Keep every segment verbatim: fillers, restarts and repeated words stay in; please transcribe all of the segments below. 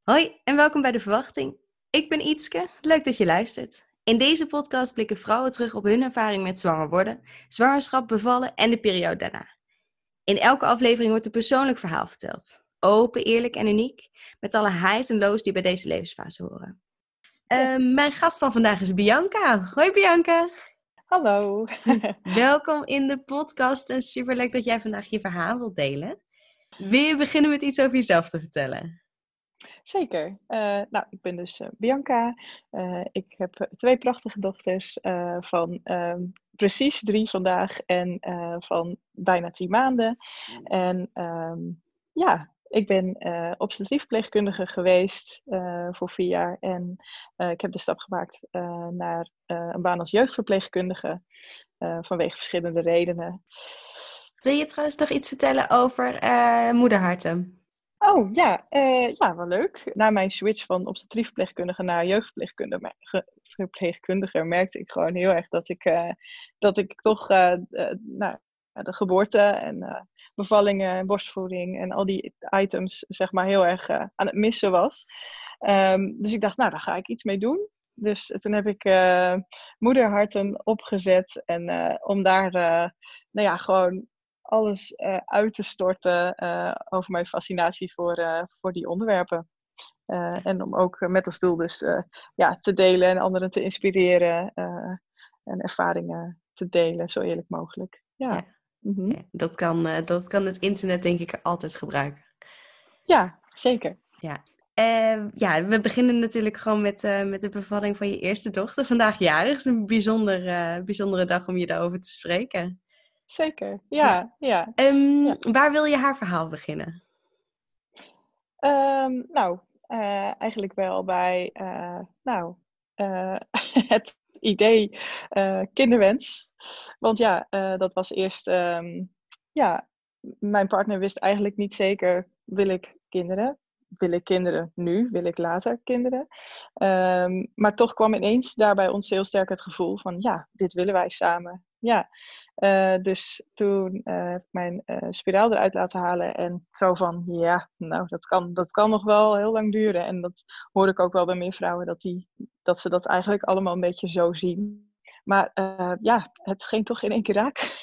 Hoi en welkom bij De Verwachting. Ik ben Ietske, leuk dat je luistert. In deze podcast blikken vrouwen terug op hun ervaring met zwanger worden, zwangerschap, bevallen en de periode daarna. In elke aflevering wordt een persoonlijk verhaal verteld. Open, eerlijk en uniek, met alle highs en lows die bij deze levensfase horen. Uh, mijn gast van vandaag is Bianca. Hoi Bianca. Hallo. Welkom in de podcast en superleuk dat jij vandaag je verhaal wilt delen. Wil je beginnen met iets over jezelf te vertellen? Zeker. Uh, nou, ik ben dus uh, Bianca. Uh, ik heb twee prachtige dochters uh, van uh, precies drie vandaag en uh, van bijna tien maanden. En um, ja, ik ben uh, obstetriekverpleegkundige geweest uh, voor vier jaar. En uh, ik heb de stap gemaakt uh, naar uh, een baan als jeugdverpleegkundige uh, vanwege verschillende redenen. Wil je trouwens nog iets vertellen over uh, moederharten? Oh, ja, uh, ja, wel leuk. Na mijn switch van obstetriekverpleegkundige naar jeugdverpleegkundige merkte ik gewoon heel erg dat ik, uh, dat ik toch uh, uh, nou, de geboorte en uh, bevallingen, borstvoeding en al die items zeg maar heel erg uh, aan het missen was. Um, dus ik dacht, nou, daar ga ik iets mee doen. Dus toen heb ik uh, moederharten opgezet en uh, om daar, uh, nou ja, gewoon alles uh, uit te storten uh, over mijn fascinatie voor, uh, voor die onderwerpen. Uh, en om ook uh, met als doel dus uh, ja, te delen en anderen te inspireren uh, en ervaringen te delen, zo eerlijk mogelijk. Ja, ja. Mm-hmm. ja dat, kan, uh, dat kan het internet denk ik altijd gebruiken. Ja, zeker. Ja. Uh, ja, we beginnen natuurlijk gewoon met, uh, met de bevalling van je eerste dochter. Vandaag jarig, is een bijzonder, uh, bijzondere dag om je daarover te spreken. Zeker, ja. ja. ja. Um, ja. Waar wil je haar verhaal beginnen? Um, nou, uh, eigenlijk wel bij uh, nou, uh, het idee uh, kinderwens. Want ja, uh, dat was eerst... Um, ja, mijn partner wist eigenlijk niet zeker, wil ik kinderen? Wil ik kinderen nu? Wil ik later kinderen? Um, maar toch kwam ineens daar bij ons heel sterk het gevoel van, ja, dit willen wij samen. Ja, uh, dus toen uh, heb ik mijn uh, spiraal eruit laten halen en zo van, ja, nou, dat kan, dat kan nog wel heel lang duren. En dat hoor ik ook wel bij meer vrouwen, dat, die, dat ze dat eigenlijk allemaal een beetje zo zien. Maar uh, ja, het ging toch in één keer raak.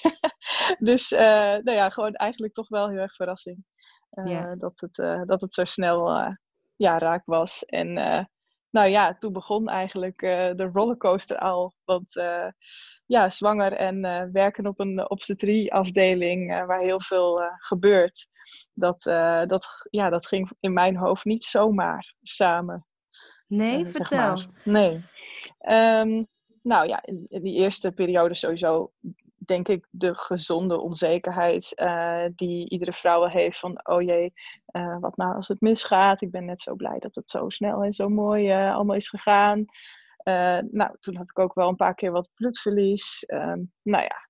Dus uh, nou ja, gewoon eigenlijk toch wel heel erg verrassing. Uh, ja. dat, het, uh, dat het zo snel uh, ja, raak was. En uh, nou ja, toen begon eigenlijk uh, de rollercoaster al. Want uh, ja, zwanger en uh, werken op een obstetrie-afdeling uh, waar heel veel uh, gebeurt. Dat, uh, dat, ja, dat ging in mijn hoofd niet zomaar samen. Nee, uh, vertel. Zeg maar. Nee. Um, nou ja, in, in die eerste periode sowieso denk ik de gezonde onzekerheid uh, die iedere vrouw heeft van, oh jee, uh, wat nou als het misgaat? Ik ben net zo blij dat het zo snel en zo mooi uh, allemaal is gegaan. Uh, nou, toen had ik ook wel een paar keer wat bloedverlies. Um, nou ja,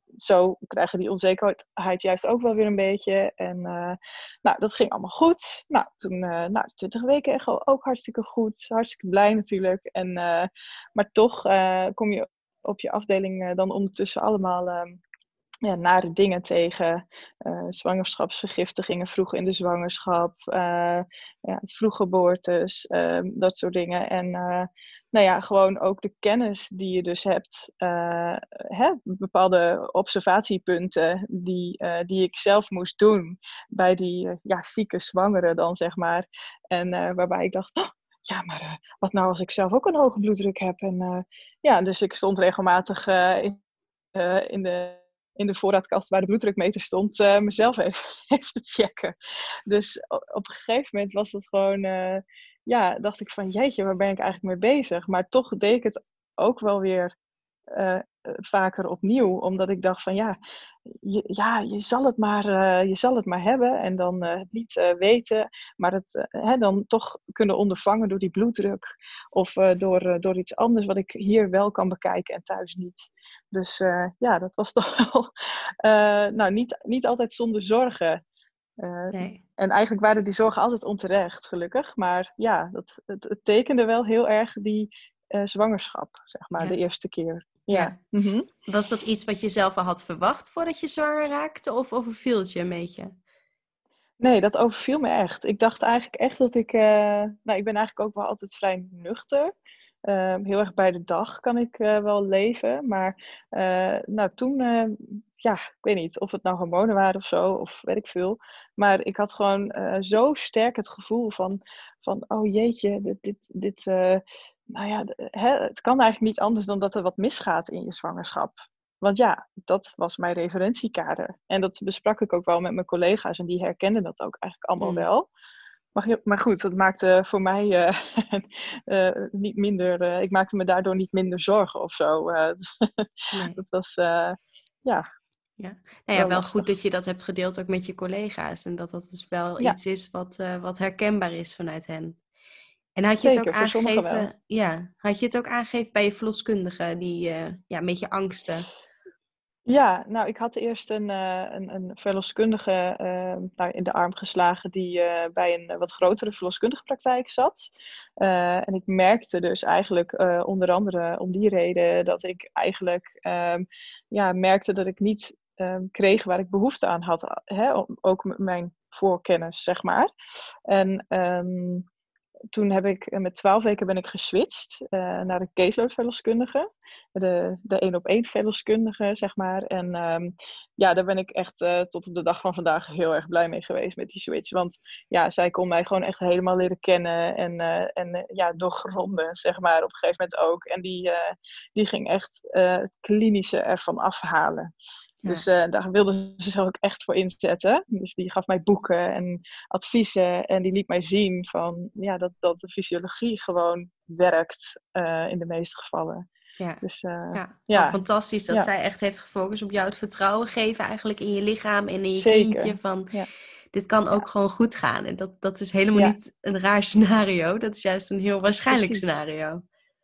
zo krijgen die onzekerheid juist ook wel weer een beetje. En uh, nou, dat ging allemaal goed. Nou, toen, uh, nou, twintig weken echo ook hartstikke goed. Hartstikke blij natuurlijk. En, uh, maar toch uh, kom je op je afdeling uh, dan ondertussen allemaal uh, ja, nare dingen tegen. Uh, zwangerschapsvergiftigingen vroeg in de zwangerschap. Uh, ja, vroeggeboortes. Uh, dat soort dingen. En uh, nou ja, gewoon ook de kennis die je dus hebt. Uh, hè, bepaalde observatiepunten die, uh, die ik zelf moest doen. Bij die uh, ja, zieke zwangeren dan, zeg maar. En uh, waarbij ik dacht... Oh, ja, maar uh, wat nou als ik zelf ook een hoge bloeddruk heb? En uh, ja, dus ik stond regelmatig uh, in, uh, in, de, in de voorraadkast waar de bloeddrukmeter stond, uh, mezelf even, even te checken. Dus op een gegeven moment was het gewoon, uh, ja, dacht ik van jeetje, waar ben ik eigenlijk mee bezig? Maar toch deed ik het ook wel weer uh, vaker opnieuw, omdat ik dacht van ja, je, ja, je zal het maar, uh, je zal het maar hebben en dan uh, het niet uh, weten, maar het uh, hè, dan toch kunnen ondervangen door die bloeddruk of uh, door, uh, door iets anders wat ik hier wel kan bekijken en thuis niet. Dus uh, ja, dat was toch wel uh, nou, niet, niet altijd zonder zorgen. Uh, nee. En eigenlijk waren die zorgen altijd onterecht, gelukkig. Maar ja, dat, het, het tekende wel heel erg die uh, zwangerschap, zeg maar, ja. De eerste keer. Ja. Ja. Mm-hmm. Was dat iets wat je zelf al had verwacht voordat je zwanger raakte? Of overviel het je een beetje? Nee, dat overviel me echt. Ik dacht eigenlijk echt dat ik... eh, nou, ik ben eigenlijk ook wel altijd vrij nuchter. Ehm, heel erg bij de dag kan ik eh, wel leven. Maar eh, nou, toen... eh, ja, ik weet niet of het nou hormonen waren of zo, of weet ik veel. Maar ik had gewoon eh, zo sterk het gevoel van... van oh jeetje, dit... dit, dit eh, nou ja, d- hè, het kan eigenlijk niet anders dan dat er wat misgaat in je zwangerschap. Want ja, dat was mijn referentiekader. En dat besprak ik ook wel met mijn collega's en die herkenden dat ook eigenlijk allemaal Mm. wel. Maar, je- maar goed, dat maakte voor mij eh, eh, niet minder, eh, ik maakte me daardoor niet minder zorgen of zo. Eh, Nee. dat was, eh, ja, Ja. Nou ja, wel wel goed lastig. dat je dat hebt gedeeld ook met je collega's. En dat dat dus wel Ja, iets is wat, eh, wat herkenbaar is vanuit hen. En had je het ook zeker, voor sommigen wel. aangegeven, ja, had je het ook aangegeven bij je verloskundige, die, eh, ja, een beetje angsten? Ja, nou, ik had eerst een, eh, een, een verloskundige eh, nou, in de arm geslagen die eh, bij een eh, wat grotere verloskundige praktijk zat. Eh, en ik merkte dus eigenlijk eh, onder andere om die reden dat ik eigenlijk ehm, ja, merkte dat ik niet ehm, kreeg waar ik behoefte aan had. Hè? om- Ook met mijn voorkennis, zeg maar. En ehm, toen heb ik, eh, met twaalf weken ben ik geswitcht eh, naar de caseload-verloskundige. De, de één op één verloskundige, zeg maar. En ehm, ja, daar ben ik echt eh, tot op de dag van vandaag heel erg blij mee geweest met die switch. Want ja, zij kon mij gewoon echt helemaal leren kennen en, eh, en eh, ja, doorgronden, zeg maar, op een gegeven moment ook. En die, eh, die ging echt eh, het klinische ervan afhalen. Ja, Dus eh, daar wilde ze zich ook echt voor inzetten. Dus die gaf mij boeken en adviezen. En die liet mij zien van, ja, dat, dat de fysiologie gewoon werkt uh, in de meeste gevallen. ja. Dus uh, Ja, gewoon ja, fantastisch dat ja, zij echt heeft gefocust op jou het vertrouwen geven eigenlijk in je lichaam en in je kindje. zeker. Van, Ja, dit kan ook ja, gewoon goed gaan. En dat, dat is helemaal ja, niet een raar scenario. Dat is juist een heel waarschijnlijk precies. scenario.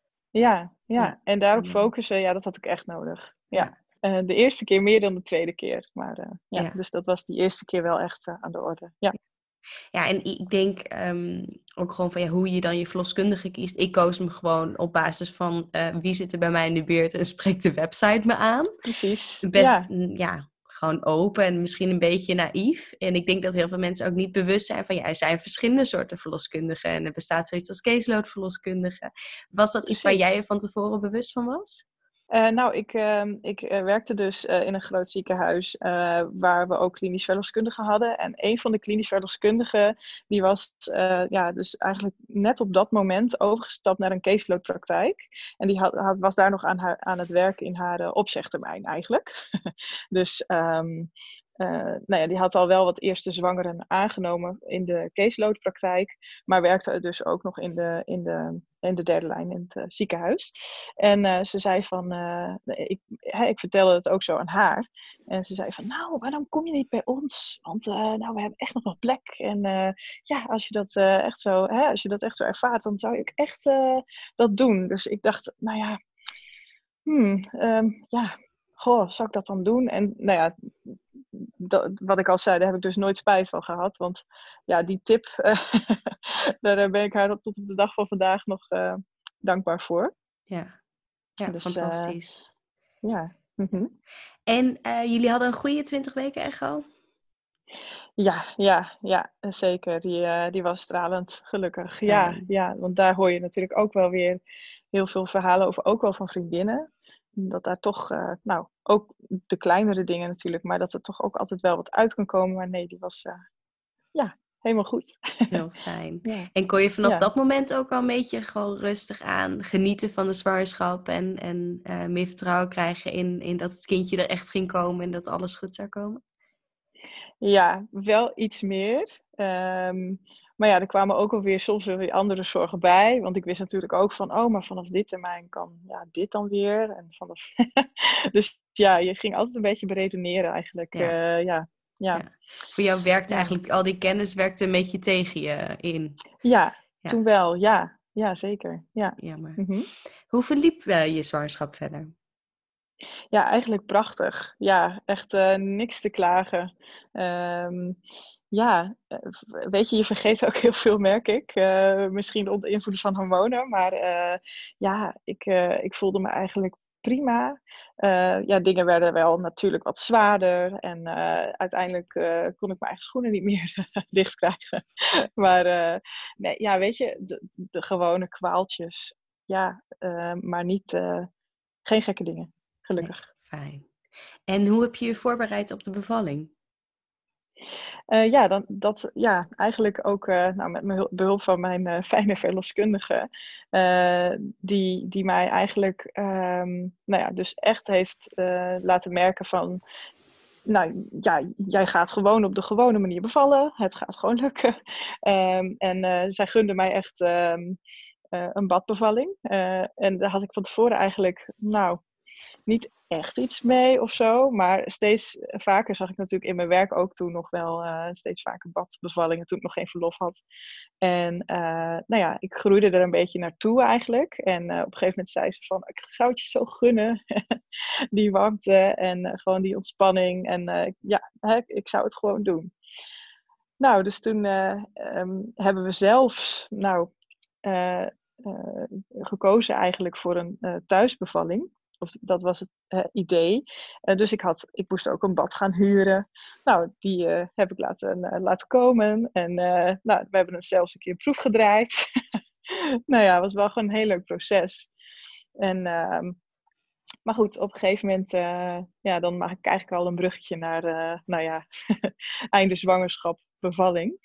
Ja, Ja, ja. En daarop helemaal. focussen, ja, dat had ik echt nodig. Ja, Ja. Uh, de eerste keer meer dan de tweede keer. Maar uh, ja, ja. dus dat was die eerste keer wel echt uh, aan de orde. Ja. Ja, en ik denk um, ook gewoon van ja, hoe je dan je verloskundige kiest. Ik koos hem gewoon op basis van uh, wie zit er bij mij in de buurt en spreekt de website me aan. Precies, Best, ja. ja, gewoon open en misschien een beetje naïef. En ik denk dat heel veel mensen ook niet bewust zijn van ja, er zijn verschillende soorten verloskundigen. En er bestaat zoiets als caseload verloskundige. Was dat iets waar jij je Precies. van tevoren bewust van was? Uh, nou, ik, uh, ik uh, werkte dus uh, in een groot ziekenhuis uh, waar we ook klinisch verloskundigen hadden. En een van de klinisch verloskundigen, die was uh, ja, dus eigenlijk net op dat moment overgestapt naar een caseloadpraktijk. En die had, had, was daar nog aan, haar, aan het werken in haar uh, opzegtermijn eigenlijk. dus um, Uh, nou ja, die had al wel wat eerste zwangeren aangenomen in de caseloadpraktijk, maar werkte dus ook nog in de, in de, in de derde lijn in het uh, ziekenhuis. En uh, ze zei van, uh, ik, hè, ik vertelde het ook zo aan haar. En ze zei van, nou, waarom kom je niet bij ons? Want uh, nou, we hebben echt nog wel plek. En uh, ja, als je dat uh, echt zo, hè, als je dat echt zo ervaart, dan zou ik echt uh, dat doen. Dus ik dacht, nou ja, hmm, um, ja, goh, zou ik dat dan doen? En nou ja, dat, wat ik al zei, daar heb ik dus nooit spijt van gehad. Want ja, die tip, uh, daar ben ik haar tot op de dag van vandaag nog uh, dankbaar voor. Ja, ja, Dus fantastisch. Uh, ja. Mm-hmm. En uh, jullie hadden een goede twintig weken echo? Ja, ja, ja, zeker. Die, uh, die was stralend, gelukkig. Ja, ja, want daar hoor je natuurlijk ook wel weer heel veel verhalen over, ook wel van vriendinnen. Dat daar toch, uh, nou, ook de kleinere dingen natuurlijk, maar dat er toch ook altijd wel wat uit kan komen. Maar nee, die was, uh, ja, helemaal goed. Heel fijn. Ja. En kon je vanaf Ja. dat moment ook al een beetje gewoon rustig aan genieten van de zwangerschap en, en uh, meer vertrouwen krijgen in, in dat het kindje er echt ging komen en dat alles goed zou komen? Ja, wel iets meer. Um, maar ja, er kwamen ook alweer soms weer andere zorgen bij. Want ik wist natuurlijk ook van, oh, maar vanaf dit termijn kan ja, dit dan weer. En vanaf... dus ja, je ging altijd een beetje beredeneren eigenlijk. Ja. Uh, ja. Ja. Ja. Voor jou werkte ja. eigenlijk, al die kennis werkte een beetje tegen je in. Ja, ja. toen wel. Ja, ja zeker. Ja. Jammer. Mm-hmm. Hoe verliep uh, je zwangerschap verder? Ja, eigenlijk prachtig. Ja, echt uh, niks te klagen. Um, ja, weet je, je vergeet ook heel veel, merk ik. Uh, misschien onder invloed van hormonen. Maar uh, ja, ik, uh, ik voelde me eigenlijk prima. Uh, ja, dingen werden wel natuurlijk wat zwaarder. En uh, uiteindelijk uh, kon ik mijn eigen schoenen niet meer dicht krijgen. Maar uh, nee, ja, weet je, de, de gewone kwaaltjes. Ja, uh, maar niet, uh, geen gekke dingen, gelukkig. Nee, fijn. En hoe heb je je voorbereid op de bevalling? Uh, ja, dan, dat, ja, eigenlijk ook uh, nou, met behulp van mijn uh, fijne verloskundige. Uh, die, die mij eigenlijk um, nou ja, dus echt heeft uh, laten merken van... Nou ja, jij gaat gewoon op de gewone manier bevallen. Het gaat gewoon lukken. Um, en uh, zij gunde mij echt um, uh, een badbevalling. Uh, en daar had ik van tevoren eigenlijk... nou. Niet echt iets mee of zo, maar steeds vaker zag ik natuurlijk in mijn werk ook toen nog wel uh, steeds vaker badbevallingen toen ik nog geen verlof had. En uh, nou ja, ik groeide er een beetje naartoe eigenlijk. En uh, op een gegeven moment zei ze van, ik zou het je zo gunnen, die warmte en uh, gewoon die ontspanning. En uh, ja, hè, ik zou het gewoon doen. Nou, dus toen uh, um, hebben we zelfs, nou, uh, uh, gekozen eigenlijk voor een uh, thuisbevalling. Of dat was het uh, idee. Uh, dus ik, had, ik moest ook een bad gaan huren. Nou, die uh, heb ik laten, uh, laten komen. En uh, nou, we hebben het zelfs een keer een proef gedraaid. Nou ja, het was wel gewoon een heel leuk proces. En, uh, maar goed, op een gegeven moment... Uh, ja, dan maak ik eigenlijk al een bruggetje naar... Uh, nou ja, einde zwangerschap, bevalling.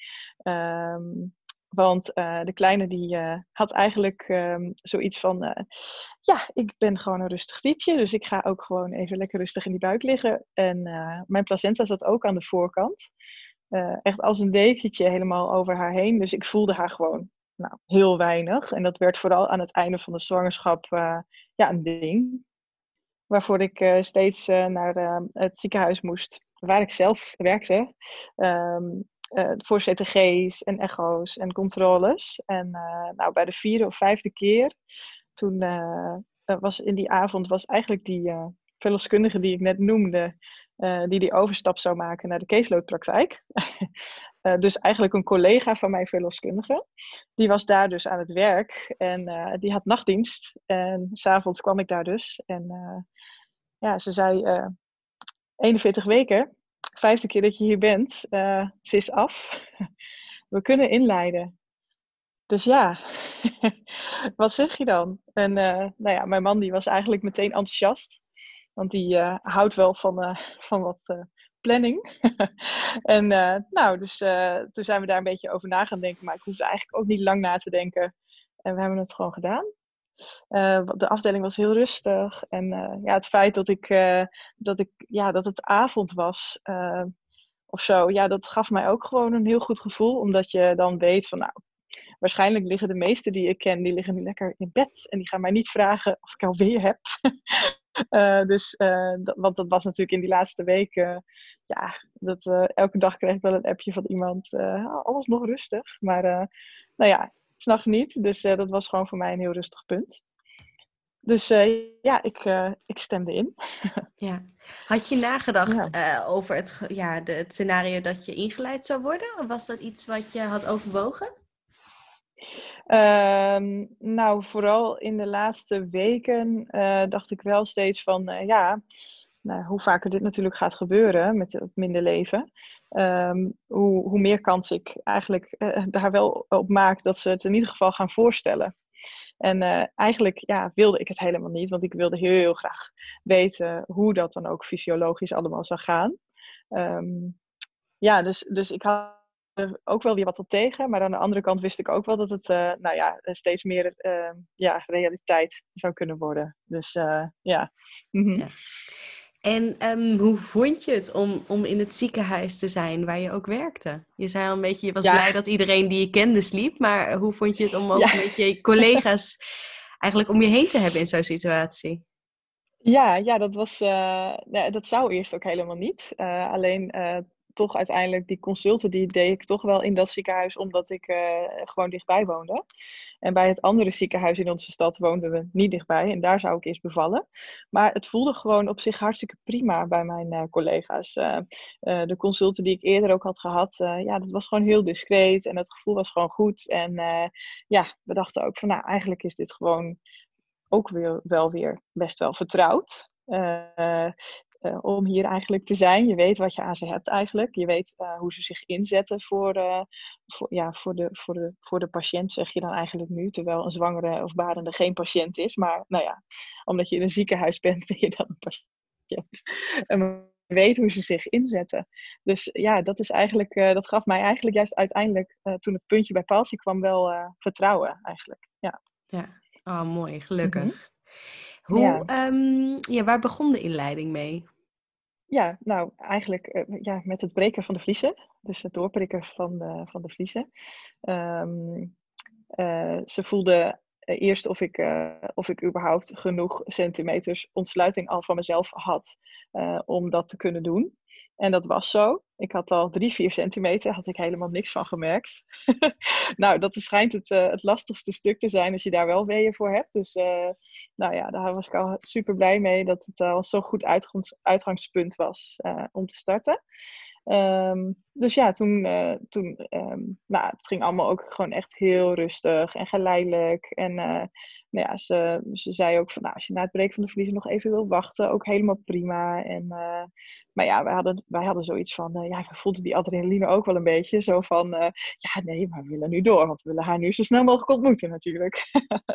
Um, Want uh, de kleine die uh, had eigenlijk um, zoiets van... Uh, ja, ik ben gewoon een rustig typeje. Dus ik ga ook gewoon even lekker rustig in die buik liggen. En uh, mijn placenta zat ook aan de voorkant. Uh, echt als een dekentje helemaal over haar heen. Dus ik voelde haar gewoon nou, heel weinig. En dat werd vooral aan het einde van de zwangerschap uh, ja, een ding. Waarvoor ik uh, steeds uh, naar uh, het ziekenhuis moest. Waar ik zelf werkte. Um, Uh, voor C T G's en echo's en controles. En uh, nou, bij de vierde of vijfde keer, toen uh, was in die avond, was eigenlijk die uh, verloskundige die ik net noemde, uh, die die overstap zou maken naar de caseloadpraktijk. uh, dus eigenlijk een collega van mijn verloskundige. Die was daar dus aan het werk en uh, die had nachtdienst. En 's avonds kwam ik daar dus. En uh, ja, ze zei uh, eenenveertig weken. Vijfde keer dat je hier bent, uh, ze is af. We kunnen inleiden. Dus ja, wat zeg je dan? En uh, nou ja, mijn man die was eigenlijk meteen enthousiast. Want die uh, houdt wel van, uh, van wat uh, planning. En uh, nou, dus uh, toen zijn we daar een beetje over na gaan denken. Maar ik hoefde eigenlijk ook niet lang na te denken. En we hebben het gewoon gedaan. Uh, de afdeling was heel rustig. En uh, ja, het feit dat, ik, uh, dat, ik, ja, dat het avond was uh, of zo, ja, dat gaf mij ook gewoon een heel goed gevoel. Omdat je dan weet van, nou, waarschijnlijk liggen de meesten die ik ken, die liggen nu lekker in bed. En die gaan mij niet vragen of ik alweer heb. uh, dus, uh, dat, want dat was natuurlijk in die laatste weken, ja, dat, uh, elke dag kreeg ik wel een appje van iemand. Uh, alles nog rustig. Maar, uh, nou ja, 's nachts niet. Dus uh, dat was gewoon voor mij een heel rustig punt. Dus uh, ja, ik, uh, ik stemde in. Ja. Had je nagedacht Ja. uh, over het, ja, de, het scenario dat je ingeleid zou worden? Of was dat iets wat je had overwogen? Um, nou, vooral in de laatste weken uh, dacht ik wel steeds van, uh, ja, nou, hoe vaker dit natuurlijk gaat gebeuren met het minder leven, um, hoe, hoe meer kans ik eigenlijk uh, daar wel op maak dat ze het in ieder geval gaan voorstellen. En uh, eigenlijk ja, wilde ik het helemaal niet, want ik wilde heel graag weten hoe dat dan ook fysiologisch allemaal zou gaan. Um, ja, dus, dus ik had er ook wel weer wat op tegen, maar aan de andere kant wist ik ook wel dat het uh, nou ja, steeds meer uh, ja, realiteit zou kunnen worden. Dus uh, ja. Mm-hmm. Ja. En um, hoe vond je het om, om in het ziekenhuis te zijn waar je ook werkte? Je zei al een beetje, je was ja. blij dat iedereen die je kende sliep, maar hoe vond je het om ook ja. een beetje je collega's eigenlijk om je heen te hebben in zo'n situatie? Ja, ja, dat was, uh, ja, dat zou eerst ook helemaal niet. Uh, alleen uh, toch uiteindelijk die consulten, die deed ik toch wel in dat ziekenhuis, omdat ik uh, gewoon dichtbij woonde. En bij het andere ziekenhuis in onze stad woonden we niet dichtbij. En daar zou ik eerst bevallen. Maar het voelde gewoon op zich hartstikke prima bij mijn uh, collega's. Uh, uh, de consulten die ik eerder ook had gehad, uh, ja, dat was gewoon heel discreet. En het gevoel was gewoon goed. En uh, ja, we dachten ook van, nou, eigenlijk is dit gewoon ook weer, wel weer best wel vertrouwd. Uh, uh, om hier eigenlijk te zijn. Je weet wat je aan ze hebt eigenlijk. Je weet uh, hoe ze zich inzetten voor, uh, voor, ja, voor, de, voor, de, voor de patiënt, zeg je dan eigenlijk nu. Terwijl een zwangere of barende geen patiënt is. Maar nou ja, omdat je in een ziekenhuis bent, ben je dan een patiënt. En je weet hoe ze zich inzetten. Dus ja, dat is eigenlijk, uh, dat gaf mij eigenlijk juist uiteindelijk, uh, toen het puntje bij paaltje kwam, wel uh, vertrouwen eigenlijk. Ja, ja. Oh, mooi, gelukkig. Mm-hmm. Hoe, ja. Um, ja, waar begon de inleiding mee? Ja, nou eigenlijk uh, ja, met het breken van de vliezen. Dus het doorprikken van de, van de vliezen. Um, uh, ze voelde uh, eerst of ik, uh, of ik überhaupt genoeg centimeters ontsluiting al van mezelf had uh, om dat te kunnen doen. En dat was zo. Ik had al drie, vier centimeter, had ik helemaal niks van gemerkt. Nou, dat schijnt het, uh, het lastigste stuk te zijn als je daar wel weeën voor hebt. Dus uh, nou ja, daar was ik al super blij mee dat het al uh, zo'n goed uitgangs- uitgangspunt was uh, om te starten. Um, dus ja, toen, uh, toen um, nou, het ging allemaal ook gewoon echt heel rustig en geleidelijk. En uh, nou ja, ze, ze zei ook van, nou, als je na het breken van de vliezen nog even wil wachten, ook helemaal prima. En, uh, maar ja, wij hadden, wij hadden zoiets van, uh, ja, we voelden die adrenaline ook wel een beetje. Zo van, uh, ja, nee, maar we willen nu door, want we willen haar nu zo snel mogelijk ontmoeten natuurlijk.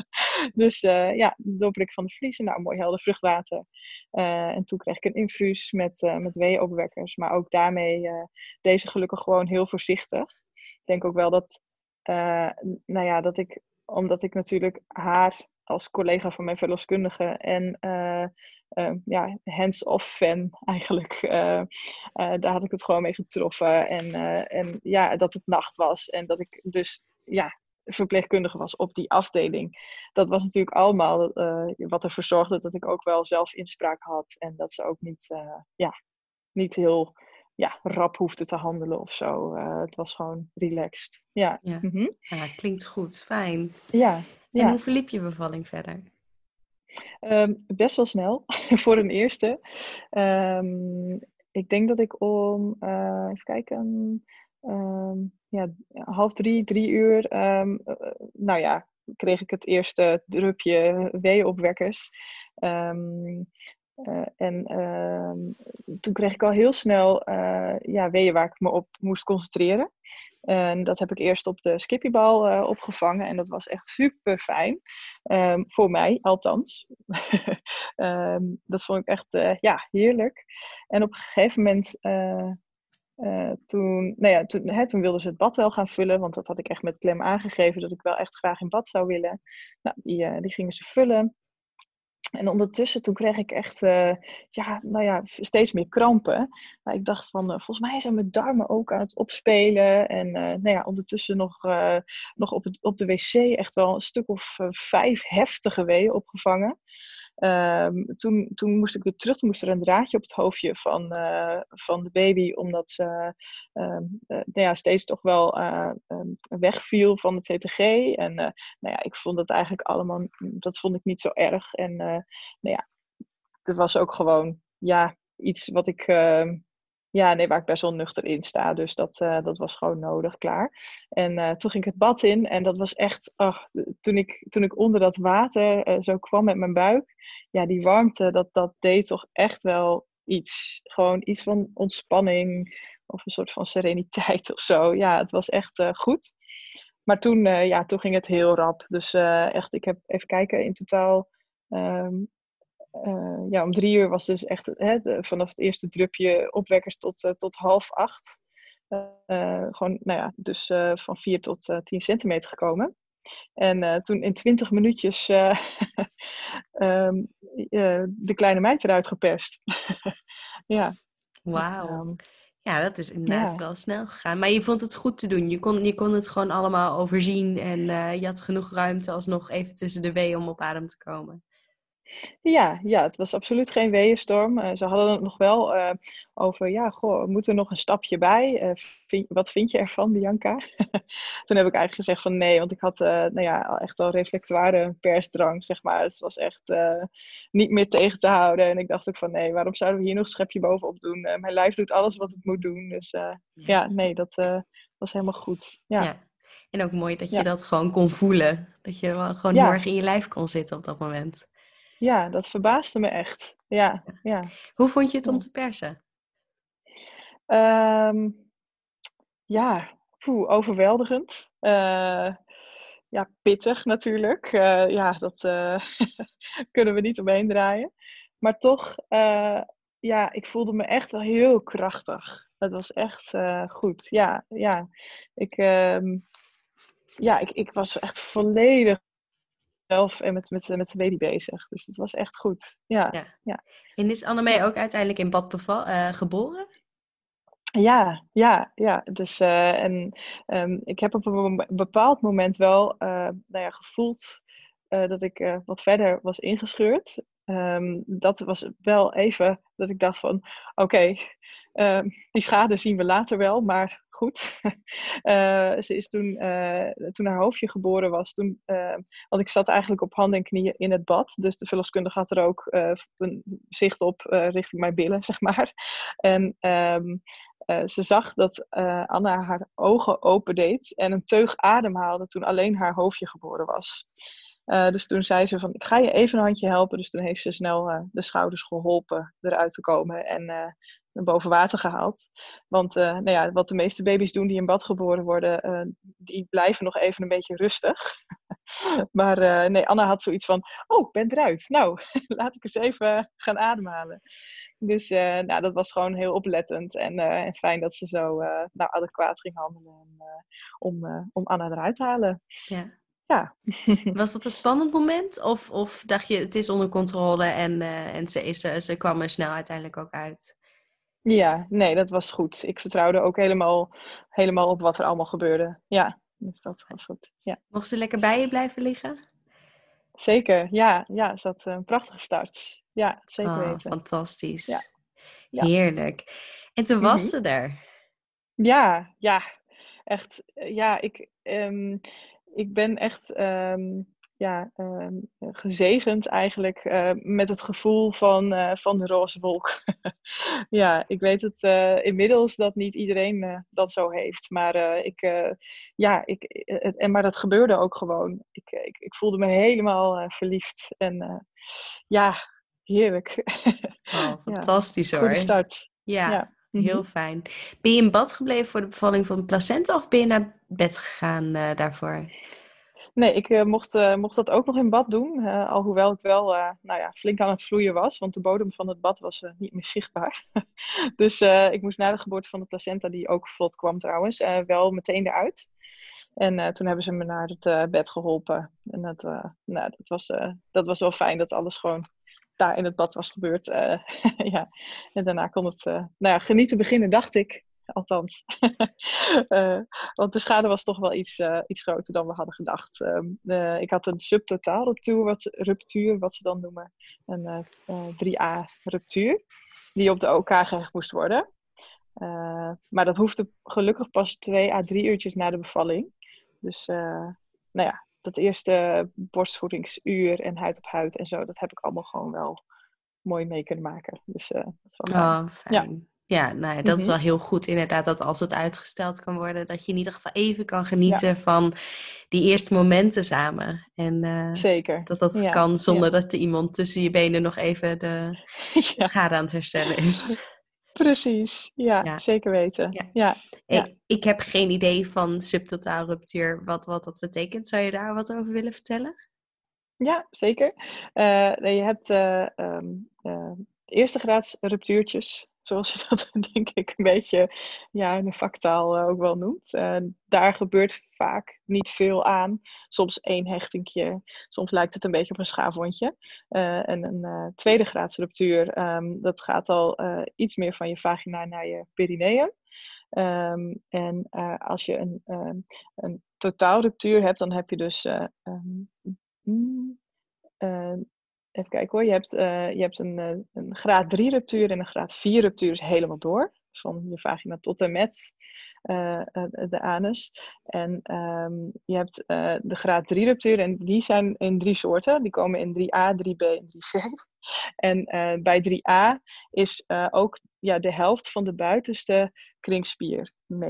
Dus uh, ja, doorprikken van de vliezen, nou, mooi helder vruchtwater. Uh, en toen kreeg ik een infuus met, uh, met weeopwekkers, maar ook daarmee uh, deze gelukkig gewoon heel voorzichtig. Ik denk ook wel dat, uh, nou ja, dat ik, omdat ik natuurlijk haar als collega van mijn verloskundige en uh, uh, ja, hands-off fan eigenlijk, uh, uh, daar had ik het gewoon mee getroffen. En, uh, en ja, dat het nacht was en dat ik dus, ja, verpleegkundige was op die afdeling. Dat was natuurlijk allemaal uh, wat ervoor zorgde dat ik ook wel zelf inspraak had en dat ze ook niet, uh, ja, niet heel ja, rap hoefde te handelen of zo. Uh, het was gewoon relaxed. Ja, ja. Mm-hmm. ja klinkt goed, fijn. Ja, en ja. hoe verliep je bevalling verder? Um, best wel snel, voor een eerste. Um, ik denk dat ik om, uh, even kijken, um, ja, half drie, drie uur, um, uh, nou ja, kreeg ik het eerste drupje weeopwekkers. Um, uh, en uh, toen kreeg ik al heel snel uh, ja, weeën waar ik me op moest concentreren. En dat heb ik eerst op de skippiebal uh, opgevangen. En dat was echt super fijn. Um, voor mij, althans. um, dat vond ik echt uh, ja, heerlijk. En op een gegeven moment... Uh, Uh, toen, nou ja, toen, hè, toen wilden ze het bad wel gaan vullen, want dat had ik echt met klem aangegeven dat ik wel echt graag in bad zou willen. Nou, die, uh, die gingen ze vullen. En ondertussen toen kreeg ik echt uh, ja, nou ja, steeds meer krampen. Maar ik dacht van, uh, volgens mij zijn mijn darmen ook aan het opspelen. En uh, nou ja, ondertussen nog, uh, nog op, het, op de wc echt wel een stuk of uh, vijf heftige weeën opgevangen. Um, toen, toen moest ik weer terug, toen moest er een draadje op het hoofdje van, uh, van de baby, omdat ze uh, uh, nou ja, steeds toch wel uh, um, wegviel van het C T G. En uh, nou ja, ik vond het eigenlijk allemaal, dat vond ik niet zo erg. En uh, nou ja, het was ook gewoon, ja, iets wat ik... Uh, Ja, nee, waar ik best wel nuchter in sta. Dus dat, uh, dat was gewoon nodig, klaar. En uh, toen ging ik het bad in. En dat was echt... Oh, toen, ik, toen ik onder dat water uh, zo kwam met mijn buik. Ja, die warmte, dat, dat deed toch echt wel iets. Gewoon iets van ontspanning. Of een soort van sereniteit of zo. Ja, het was echt uh, goed. Maar toen, uh, ja, toen ging het heel rap. Dus uh, echt, ik heb even kijken, in totaal... Um, Uh, ja, om drie uur was dus echt hè, de, vanaf het eerste drupje opwekkers tot, uh, tot half acht. Uh, gewoon, nou ja, dus uh, van vier tot uh, tien centimeter gekomen. En uh, toen in twintig minuutjes uh, um, uh, de kleine meid eruit geperst. Ja. Wauw. Um, ja, dat is inderdaad ja. wel snel gegaan. Maar je vond het goed te doen. Je kon, je kon het gewoon allemaal overzien. En uh, je had genoeg ruimte alsnog even tussen de weeën om op adem te komen. Ja, ja, het was absoluut geen weeënstorm. Uh, ze hadden het nog wel uh, over, ja, goh, we moeten er nog een stapje bij. Uh, vind, wat vind je ervan, Bianca? Toen heb ik eigenlijk gezegd van nee, want ik had uh, nou ja, echt al reflectoire persdrang, zeg maar. Het was echt uh, niet meer tegen te houden. En ik dacht ook van nee, waarom zouden we hier nog een schepje bovenop doen? Uh, mijn lijf doet alles wat het moet doen. Dus uh, ja. ja, nee, dat uh, was helemaal goed. Ja. ja. En ook mooi dat je ja. dat gewoon kon voelen. Dat je wel gewoon heel Ja, erg in je lijf kon zitten op dat moment. ja, dat verbaasde me echt. Ja, ja. Hoe vond je het om ja. te persen? Ehm, ja, poeh, overweldigend. Eh, ja, pittig natuurlijk. Eh, ja, dat eh, kunnen we niet omheen draaien. Maar toch, eh, ja, ik voelde me echt wel heel krachtig. Het was echt eh, goed. Ja, ja. Ik, ehm, ja ik, ik was echt volledig zelf en met, met, met de baby bezig. Dus het was echt goed. Ja, Ja. ja. En is Annemee Ja. ook uiteindelijk in Bad Beval, eh, geboren? Ja, ja, ja. Dus, eh, en ehm, ik heb op een mom- bepaald moment wel eh, nou ja, gevoeld eh, dat ik eh, wat verder was ingescheurd. Ehm, dat was wel even dat ik dacht van, oké, ehm, die schade zien we later wel, maar goed. Eh, ze is toen, eh, toen haar hoofdje geboren was, toen, eh, want ik zat eigenlijk op handen en knieën in het bad. Dus de verloskundige had er ook eh, een zicht op eh, richting mijn billen, zeg maar. En ehm, uh, ze zag dat uh, Anna haar ogen opendeed en een teug ademhaalde toen alleen haar hoofdje geboren was. Uh, dus toen zei ze van, ik ga je even een handje helpen. Dus toen heeft ze snel uh, de schouders geholpen eruit te komen en uh, boven water gehaald. Want uh, nou ja, wat de meeste baby's doen die in bad geboren worden, uh, die blijven nog even een beetje rustig. Maar uh, nee, Anna had zoiets van, oh, ik ben eruit. Nou, laat ik eens even gaan ademhalen. Dus uh, nou, dat was gewoon heel oplettend en, uh, en fijn dat ze zo uh, nou, adequaat ging handelen en, uh, om, uh, om Anna eruit te halen. Ja. Ja. Was dat een spannend moment? Of, of dacht je, het is onder controle en, uh, en ze, is, ze kwam er snel uiteindelijk ook uit? Ja, nee, dat was goed. Ik vertrouwde ook helemaal, helemaal op wat er allemaal gebeurde. Ja, dus dat was goed. Ja. Mocht ze lekker bij je blijven liggen? Zeker, ja. Ja, ze had een prachtige start. Ja, zeker Oh, weten. fantastisch. Ja. Ja. Heerlijk. En toen was Mm-hmm. ze er? Ja, ja. Echt, ja, ik, um, ik ben echt um, ja, um, gezegend eigenlijk uh, met het gevoel van, uh, van de roze wolk. Ja, ik weet het uh, inmiddels dat niet iedereen uh, dat zo heeft. Maar uh, ik, uh, ja, ik, het, en, maar dat gebeurde ook gewoon. Ik, ik, ik voelde me helemaal uh, verliefd. En uh, ja, heerlijk. Oh, Ja, fantastisch hoor. goede start. Ja, Ja. heel Mm-hmm. fijn. Ben je in bad gebleven voor de bevalling van de placenta of ben je naar bed gegaan uh, daarvoor? Nee, ik uh, mocht, uh, mocht dat ook nog in bad doen. Uh, alhoewel ik wel uh, nou ja, flink aan het vloeien was. Want de bodem van het bad was uh, niet meer zichtbaar. Dus uh, ik moest na de geboorte van de placenta, die ook vlot kwam trouwens, uh, wel meteen eruit. En uh, toen hebben ze me naar het uh, bed geholpen. En dat, uh, nou, dat, was, uh, dat was wel fijn dat alles gewoon daar in het bad was gebeurd. Uh, ja. En daarna kon het uh, nou ja, genieten beginnen, dacht ik. Althans. uh, want de schade was toch wel iets, uh, iets groter dan we hadden gedacht. Um, uh, ik had een subtotaal ruptuur, wat, ruptuur, wat ze dan noemen. Een uh, uh, drie A ruptuur. Die op de O K gehecht moest worden. Uh, maar dat hoefde gelukkig pas twee à drie uurtjes na de bevalling. Dus uh, nou ja, dat eerste borstvoedingsuur en huid op huid en zo, dat heb ik allemaal gewoon wel mooi mee kunnen maken. Dus uh, dat is wel fijn. Oh, fijn. Ja. Ja, nou ja, dat mm-hmm. is wel heel goed inderdaad, dat als het uitgesteld kan worden, dat je in ieder geval even kan genieten ja. van die eerste momenten samen. En uh, Zeker. dat dat ja. kan zonder ja. dat er iemand tussen je benen nog even de ja. schade aan het herstellen is. Precies, ja, ja. zeker weten. Ja. Ja. Ja. Ik, ik heb geen idee van subtotaal ruptuur, wat, wat dat betekent. Zou je daar wat over willen vertellen? Ja, zeker. Uh, je hebt uh, um, uh, eerste graads ruptuurtjes, zoals je dat denk ik een beetje ja, in de vaktaal uh, ook wel noemt. Uh, daar gebeurt vaak niet veel aan. Soms één hechtingje, soms lijkt het een beetje op een schaafwondje. Uh, en een uh, tweede graads ruptuur, um, dat gaat al uh, iets meer van je vagina naar je perineum. Um, en uh, als je een, um, een totaalruptuur hebt, dan heb je dus... Uh, um, Mm, uh, even kijken hoor. Je hebt, uh, je hebt een, uh, een graad drie ruptuur en een graad vier ruptuur is helemaal door. Van je vagina tot en met uh, uh, de anus. En um, je hebt uh, de graad drie ruptuur en die zijn in drie soorten. Die komen in drie A, drie B en drie C. En uh, bij drie A is uh, ook ja, de helft van de buitenste kringspier mee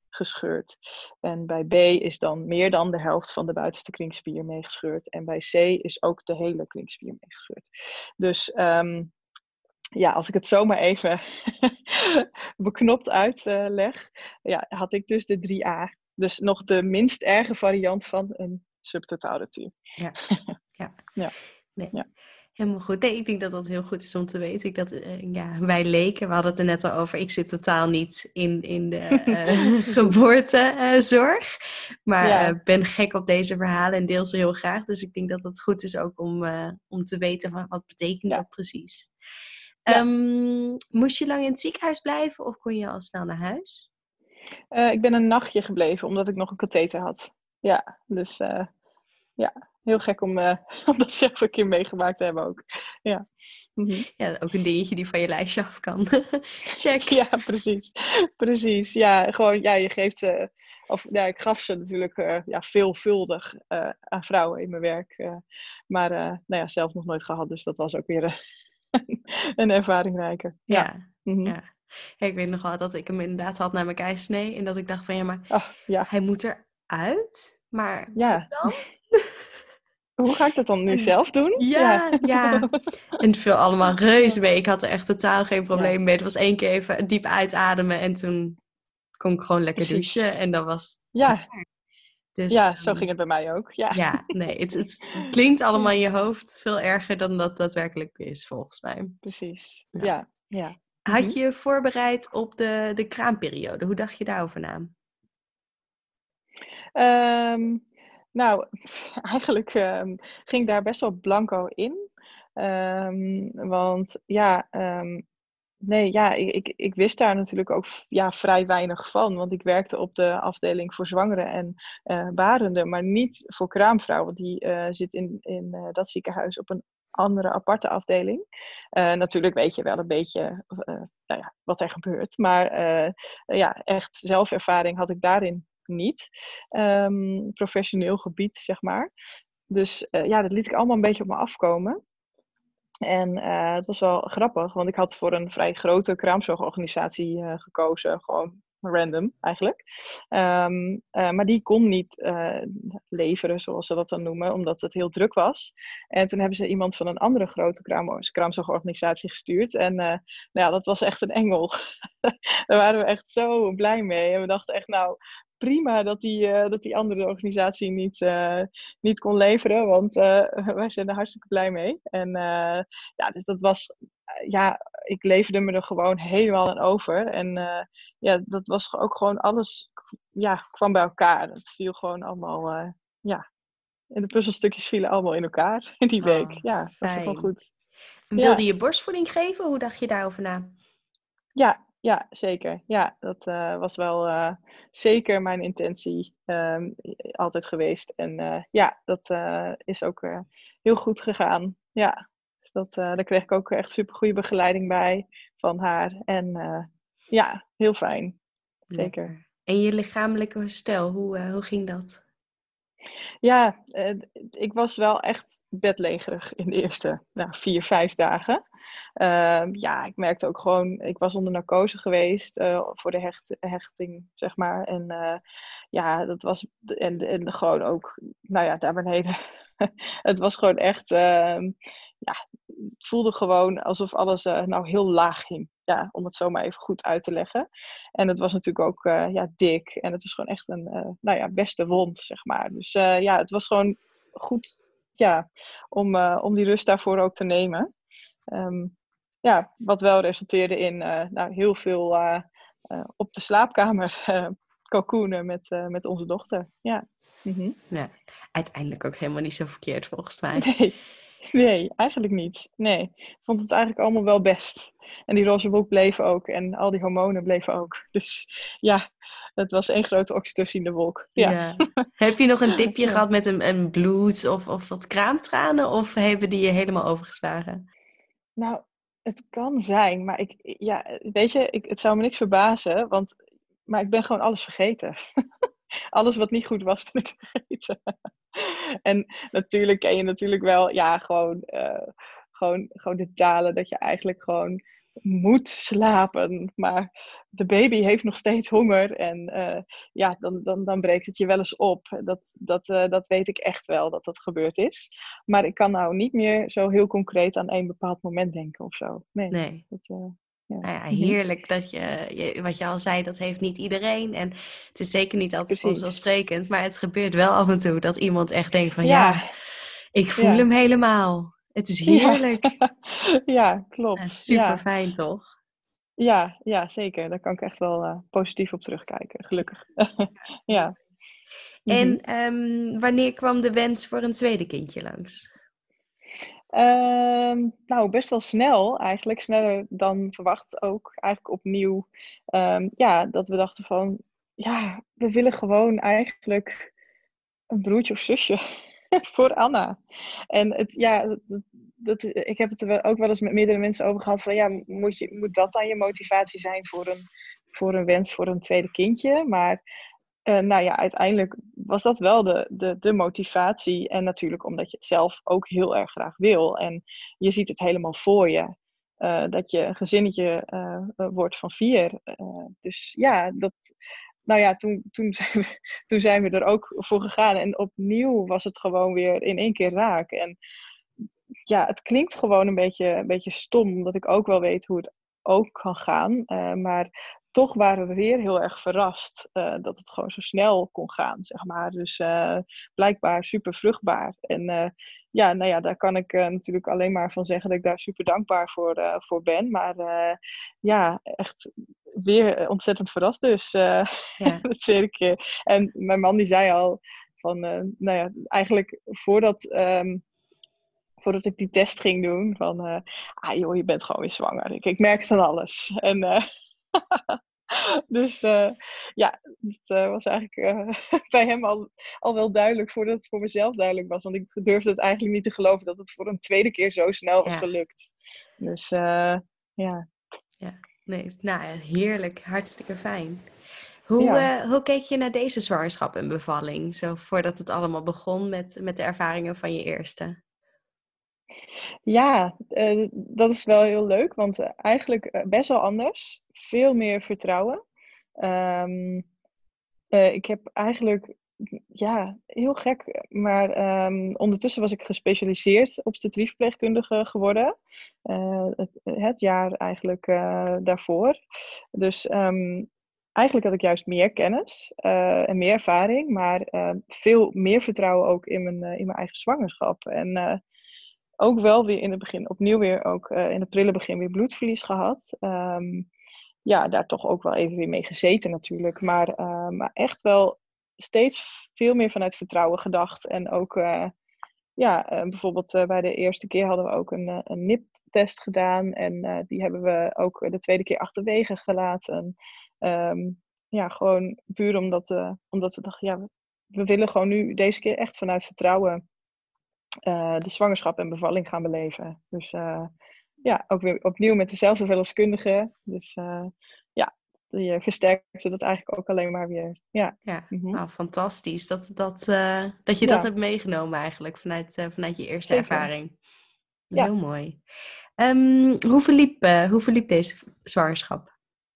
gescheurd. En bij B is dan meer dan de helft van de buitenste kringspier meegescheurd. En bij C is ook de hele kringspier meegescheurd. Dus um, ja, als ik het zomaar even beknopt uitleg, uh, ja, had ik dus de drie A. Dus nog de minst erge variant van een subtotaalruptuur. Ja, ja. ja. Nee. ja. Helemaal goed. Nee, ik denk dat dat heel goed is om te weten. Ik dat, uh, ja, wij leken, we hadden het er net al over, ik zit totaal niet in, in de uh, geboortezorg. Uh, maar ja. uh, ben gek op deze verhalen en deel ze heel graag. Dus ik denk dat het goed is ook om, uh, om te weten van wat betekent ja. dat precies. Ja. Um, moest je lang in het ziekenhuis blijven of kon je al snel naar huis? Uh, ik ben een nachtje gebleven, omdat ik nog een katheter had. Ja, dus uh, ja, heel gek om, uh, om dat zelf een keer meegemaakt te hebben ook. Ja. Mm-hmm. Ja, ook een dingetje die van je lijstje af kan. Check. Ja, precies. Precies. Ja, gewoon, ja, je geeft ze, of ja, ik gaf ze natuurlijk uh, ja, veelvuldig uh, aan vrouwen in mijn werk. Uh, maar uh, nou ja, zelf nog nooit gehad, dus dat was ook weer uh, een ervaringrijker. Ja. Ja, mm-hmm. ja. Ja, ik weet nog wel dat ik hem inderdaad had naar mijn keizersnee. En dat ik dacht van ja, maar oh, ja. hij moet eruit. Maar ja. dan? Hoe ga ik dat dan nu en, zelf doen? Ja, ja. ja. En het viel allemaal reuze mee. Ik had er echt totaal geen probleem ja. mee. Het was één keer even diep uitademen. En toen kon ik gewoon lekker Precies. douchen. En dat was... Ja, dus, ja zo um, ging het bij mij ook. Ja, ja nee, het, het klinkt allemaal in je hoofd veel erger dan dat daadwerkelijk is, volgens mij. Precies, ja. ja, ja. Had je voorbereid op de, de kraamperiode? Hoe dacht je daarover na? Um, nou, eigenlijk um, ging ik daar best wel blanco in. Um, want ja, um, nee, ja ik, ik, ik wist daar natuurlijk ook ja, vrij weinig van. Want ik werkte op de afdeling voor zwangeren en uh, barenden, maar niet voor kraamvrouwen. Die uh, zit in, in uh, dat ziekenhuis op een andere aparte afdeling. Uh, natuurlijk weet je wel een beetje uh, nou ja, wat er gebeurt. Maar uh, ja, echt zelfervaring had ik daarin niet. Um, professioneel gebied, zeg maar. Dus uh, ja, dat liet ik allemaal een beetje op me afkomen. En uh, het was wel grappig, want ik had voor een vrij grote kraamzorgorganisatie uh, gekozen. Gewoon random, eigenlijk. Um, uh, maar die kon niet uh, leveren, zoals ze dat dan noemen, omdat het heel druk was. En toen hebben ze iemand van een andere grote kraam- kraamzorgorganisatie gestuurd. En uh, nou ja, dat was echt een engel. Daar waren we echt zo blij mee. En we dachten echt, nou... prima dat die, uh, dat die andere organisatie niet, uh, niet kon leveren, want uh, wij zijn er hartstikke blij mee. En uh, ja, dus dat was, uh, ja, ik leverde me er gewoon helemaal aan over. En uh, ja, dat was ook gewoon alles, ja, kwam bij elkaar. Het viel gewoon allemaal, uh, ja, en de puzzelstukjes vielen allemaal in elkaar in die week. Oh, ja, dat was gewoon goed. En wilde je borstvoeding geven? Hoe dacht je daarover na? Ja. Ja, zeker. Ja, dat uh, was wel uh, zeker mijn intentie um, altijd geweest. En uh, ja, dat uh, is ook uh, heel goed gegaan. Ja, dus dat, uh, daar kreeg ik ook echt super goede begeleiding bij van haar. En uh, ja, heel fijn. Zeker. Lekker. En je lichamelijke herstel, hoe, uh, hoe ging dat? Ja, uh, ik was wel echt bedlegerig in de eerste nou, vier, vijf dagen. Uh, ja, ik merkte ook gewoon, ik was onder narcose geweest uh, voor de hecht, hechting, zeg maar. En uh, ja, dat was, en, en gewoon ook, nou ja, daar beneden. Het was gewoon echt, uh, ja, het voelde gewoon alsof alles uh, nou heel laag ging. Ja, om het zo maar even goed uit te leggen. En het was natuurlijk ook uh, ja, dik. En het was gewoon echt een uh, nou ja, beste wond, zeg maar. Dus uh, ja, het was gewoon goed ja, om, uh, om die rust daarvoor ook te nemen. Um, ja, wat wel resulteerde in uh, nou, heel veel uh, uh, op de slaapkamer uh, cocoonen met, uh, met onze dochter. Ja. Mm-hmm. Ja, uiteindelijk ook helemaal niet zo verkeerd volgens mij. Nee. Nee, eigenlijk niet. Nee, ik vond het eigenlijk allemaal wel best. En die roze wolk bleef ook. En al die hormonen bleven ook. Dus ja, het was één grote oxytocine wolk. Ja. Ja. Heb je nog een dipje ja. gehad met een, een bloed of, of wat kraamtranen? Of hebben die je helemaal overgeslagen? Nou, het kan zijn. Maar ik, ja, weet je, ik, het zou me niks verbazen. Want, maar ik ben gewoon alles vergeten. Alles wat niet goed was, ben ik vergeten. En natuurlijk ken je natuurlijk wel, ja, gewoon, uh, gewoon, gewoon de talen. Dat je eigenlijk gewoon moet slapen. Maar de baby heeft nog steeds honger. En uh, ja, dan, dan, dan breekt het je wel eens op. Dat, dat, uh, dat weet ik echt wel, dat dat gebeurd is. Maar ik kan nou niet meer zo heel concreet aan één bepaald moment denken of zo. Nee. Nee. Dat, uh, ja. Nou ja, heerlijk dat je, je, wat je al zei, dat heeft niet iedereen. En het is zeker niet altijd Precies. vanzelfsprekend. Maar het gebeurt wel af en toe dat iemand echt denkt van Ja, ja, ik voel ja. hem helemaal. Het is heerlijk. Ja, ja klopt. Ja, super Ja. fijn toch? Ja, ja, zeker. Daar kan ik echt wel uh, positief op terugkijken, gelukkig. Ja. En Mm-hmm. um, wanneer kwam de wens voor een tweede kindje langs? Um, nou, best wel snel eigenlijk. Sneller dan verwacht ook. Eigenlijk opnieuw. Um, ja, dat we dachten van... Ja, we willen gewoon eigenlijk een broertje of zusje voor Anna. En het, ja, dat, dat, ik heb het er ook wel eens met meerdere mensen over gehad. Van ja, moet, je, moet dat dan je motivatie zijn voor een, voor een wens voor een tweede kindje? Maar... Uh, nou ja, uiteindelijk was dat wel de, de, de motivatie. En natuurlijk omdat je het zelf ook heel erg graag wil. En je ziet het helemaal voor je. Uh, dat je een gezinnetje uh, wordt van vier. Uh, dus ja, dat, nou ja toen, toen, zijn we, toen zijn we er ook voor gegaan. En opnieuw was het gewoon weer in één keer raak. En ja, het klinkt gewoon een beetje, een beetje stom. Omdat ik ook wel weet hoe het ook kan gaan. Uh, maar... Toch waren we weer heel erg verrast uh, dat het gewoon zo snel kon gaan, zeg maar. Dus uh, blijkbaar super vruchtbaar. En uh, ja, nou ja, daar kan ik uh, natuurlijk alleen maar van zeggen dat ik daar super dankbaar voor, uh, voor ben. Maar uh, ja, echt weer ontzettend verrast dus. Uh, Ja. de tweede keer. En mijn man die zei al van, uh, nou ja, eigenlijk voordat... Um, Voordat ik die test ging doen, van, uh, ah joh, je bent gewoon weer zwanger. Ik, ik merk het aan alles. En... Uh, dus uh, ja, het uh, was eigenlijk uh, bij hem al, al wel duidelijk voordat het voor mezelf duidelijk was. Want ik durfde het eigenlijk niet te geloven dat het voor een tweede keer zo snel was ja. gelukt. Dus uh, ja. Ja, nee, nou heerlijk, hartstikke fijn. Hoe, ja. uh, hoe keek je naar deze zwangerschap en bevalling? Zo voordat het allemaal begon met, met de ervaringen van je eerste. Ja, uh, dat is wel heel leuk, want uh, eigenlijk uh, best wel anders. Veel meer vertrouwen. Um, uh, ik heb eigenlijk, ja, heel gek, maar um, ondertussen was ik gespecialiseerd obstetriefverpleegkundige geworden. Uh, het, het jaar eigenlijk uh, daarvoor. Dus um, eigenlijk had ik juist meer kennis uh, en meer ervaring, maar uh, veel meer vertrouwen ook in mijn, uh, in mijn eigen zwangerschap. En... Uh, Ook wel weer in het begin, opnieuw weer ook uh, in het prille begin weer bloedverlies gehad. Um, ja, daar toch ook wel even weer mee gezeten natuurlijk. Maar, uh, maar echt wel steeds veel meer vanuit vertrouwen gedacht. En ook, uh, ja, uh, bijvoorbeeld uh, bij de eerste keer hadden we ook een, uh, een N I P-test gedaan. En uh, die hebben we ook de tweede keer achterwege gelaten. Um, ja, gewoon puur omdat, uh, omdat we dachten, ja, we, we willen gewoon nu deze keer echt vanuit vertrouwen... Uh, de zwangerschap en bevalling gaan beleven. Dus uh, ja, ook weer opnieuw met dezelfde verloskundige. Dus uh, ja, die versterkte dat eigenlijk ook alleen maar weer. Ja, ja mm-hmm. Nou, fantastisch dat, dat, uh, dat je ja. dat hebt meegenomen eigenlijk vanuit, uh, vanuit je eerste Zeker. ervaring. Heel ja. mooi. Um, hoe, verliep, uh, hoe verliep deze zwangerschap?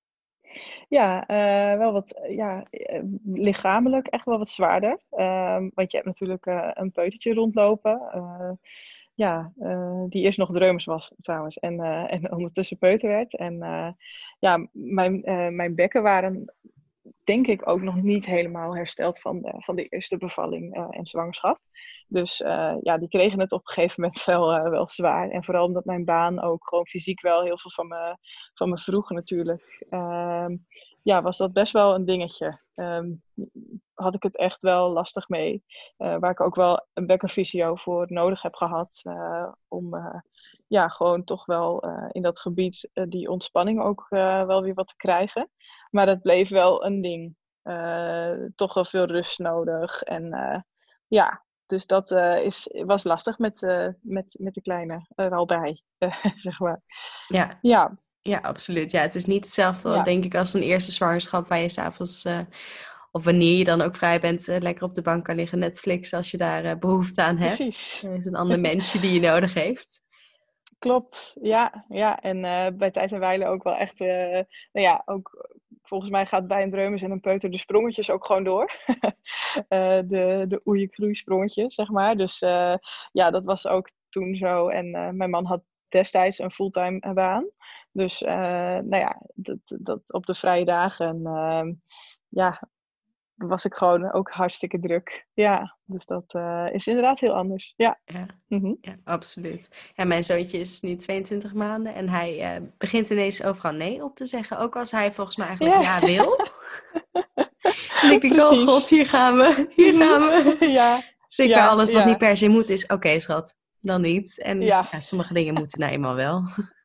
Ja, uh, wel wat ja, lichamelijk echt wel wat zwaarder. Uh, want je hebt natuurlijk uh, een peutertje rondlopen. Uh, ja, uh, die eerst nog dreumers was trouwens. En, uh, en ondertussen peuter werd. En uh, ja, mijn, uh, mijn bekken waren denk ik ook nog niet helemaal hersteld van de, van de eerste bevalling uh, en zwangerschap. Dus uh, ja, die kregen het op een gegeven moment wel, uh, wel zwaar. En vooral omdat mijn baan ook gewoon fysiek wel heel veel van me, van me vroeg natuurlijk. Uh, ja, was dat best wel een dingetje. Um, had ik het echt wel lastig mee. Uh, waar ik ook wel een bekkenfysio voor nodig heb gehad. Uh, om uh, ja, gewoon toch wel uh, in dat gebied uh, die ontspanning ook uh, wel weer wat te krijgen. Maar het bleef wel een ding. Uh, toch wel veel rust nodig. En uh, ja, dus dat uh, is, was lastig met, uh, met, met de kleine er al bij, uh, zeg maar. Ja. Ja. Ja, absoluut. Ja, het is niet hetzelfde, Ja. denk ik, als een eerste zwangerschap waar je s'avonds, uh, of wanneer je dan ook vrij bent, uh, lekker op de bank kan liggen Netflix als je daar uh, behoefte aan hebt. Precies. Er is een ander mensje die je nodig heeft. klopt. Ja, ja. En uh, bij Tijd en Wijlen ook wel echt, uh, nou ja, ook volgens mij gaat bij een dreumes en een peuter de sprongetjes ook gewoon door. uh, de de oeie-groei-sprongetjes, zeg maar. Dus uh, ja, dat was ook toen zo. En uh, mijn man had destijds een fulltime baan. Dus uh, nou ja, dat, dat op de vrije dagen, uh, ja, was ik gewoon ook hartstikke druk. Ja, dus dat uh, is inderdaad heel anders. Ja. Ja, mm-hmm. ja, absoluut. Ja, mijn zoontje is nu tweeëntwintig maanden en hij uh, begint ineens overal nee op te zeggen. Ook als hij volgens mij eigenlijk ja, ja wil. En ik denk, oh god, hier gaan we, hier gaan we. Ja. Zeker ja, alles wat ja. niet per se moet is, oké okay, schat, dan niet. En ja. Ja, sommige dingen moeten nou eenmaal wel.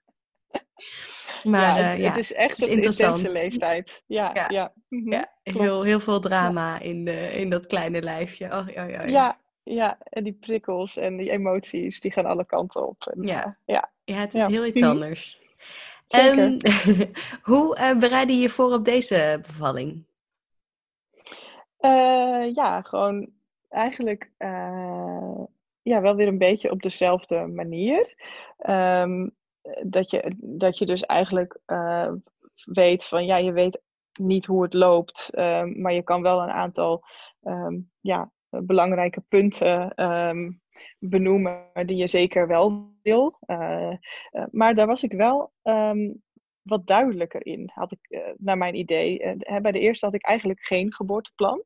Maar ja, het, uh, ja, het is echt het is een intense leeftijd. Ja, ja. ja. Mm-hmm. ja heel, heel veel drama ja. in, de, in dat kleine lijfje. Oh, ja, ja, ja. ja, ja, en die prikkels en die emoties, die gaan alle kanten op. En, ja. Uh, ja. ja, het is ja. heel iets mm-hmm. anders. Zeker. Um, hoe uh, bereid je je voor op deze bevalling? Uh, ja, gewoon eigenlijk uh, ja, wel weer een beetje op dezelfde manier. Um, dat, je, dat je dus eigenlijk uh, weet van, ja, je weet niet hoe het loopt, um, maar je kan wel een aantal um, ja, belangrijke punten um, benoemen die je zeker wel wil. Uh, uh, maar daar was ik wel um, wat duidelijker in, had ik uh, naar mijn idee. Uh, bij de eerste had ik eigenlijk geen geboorteplan.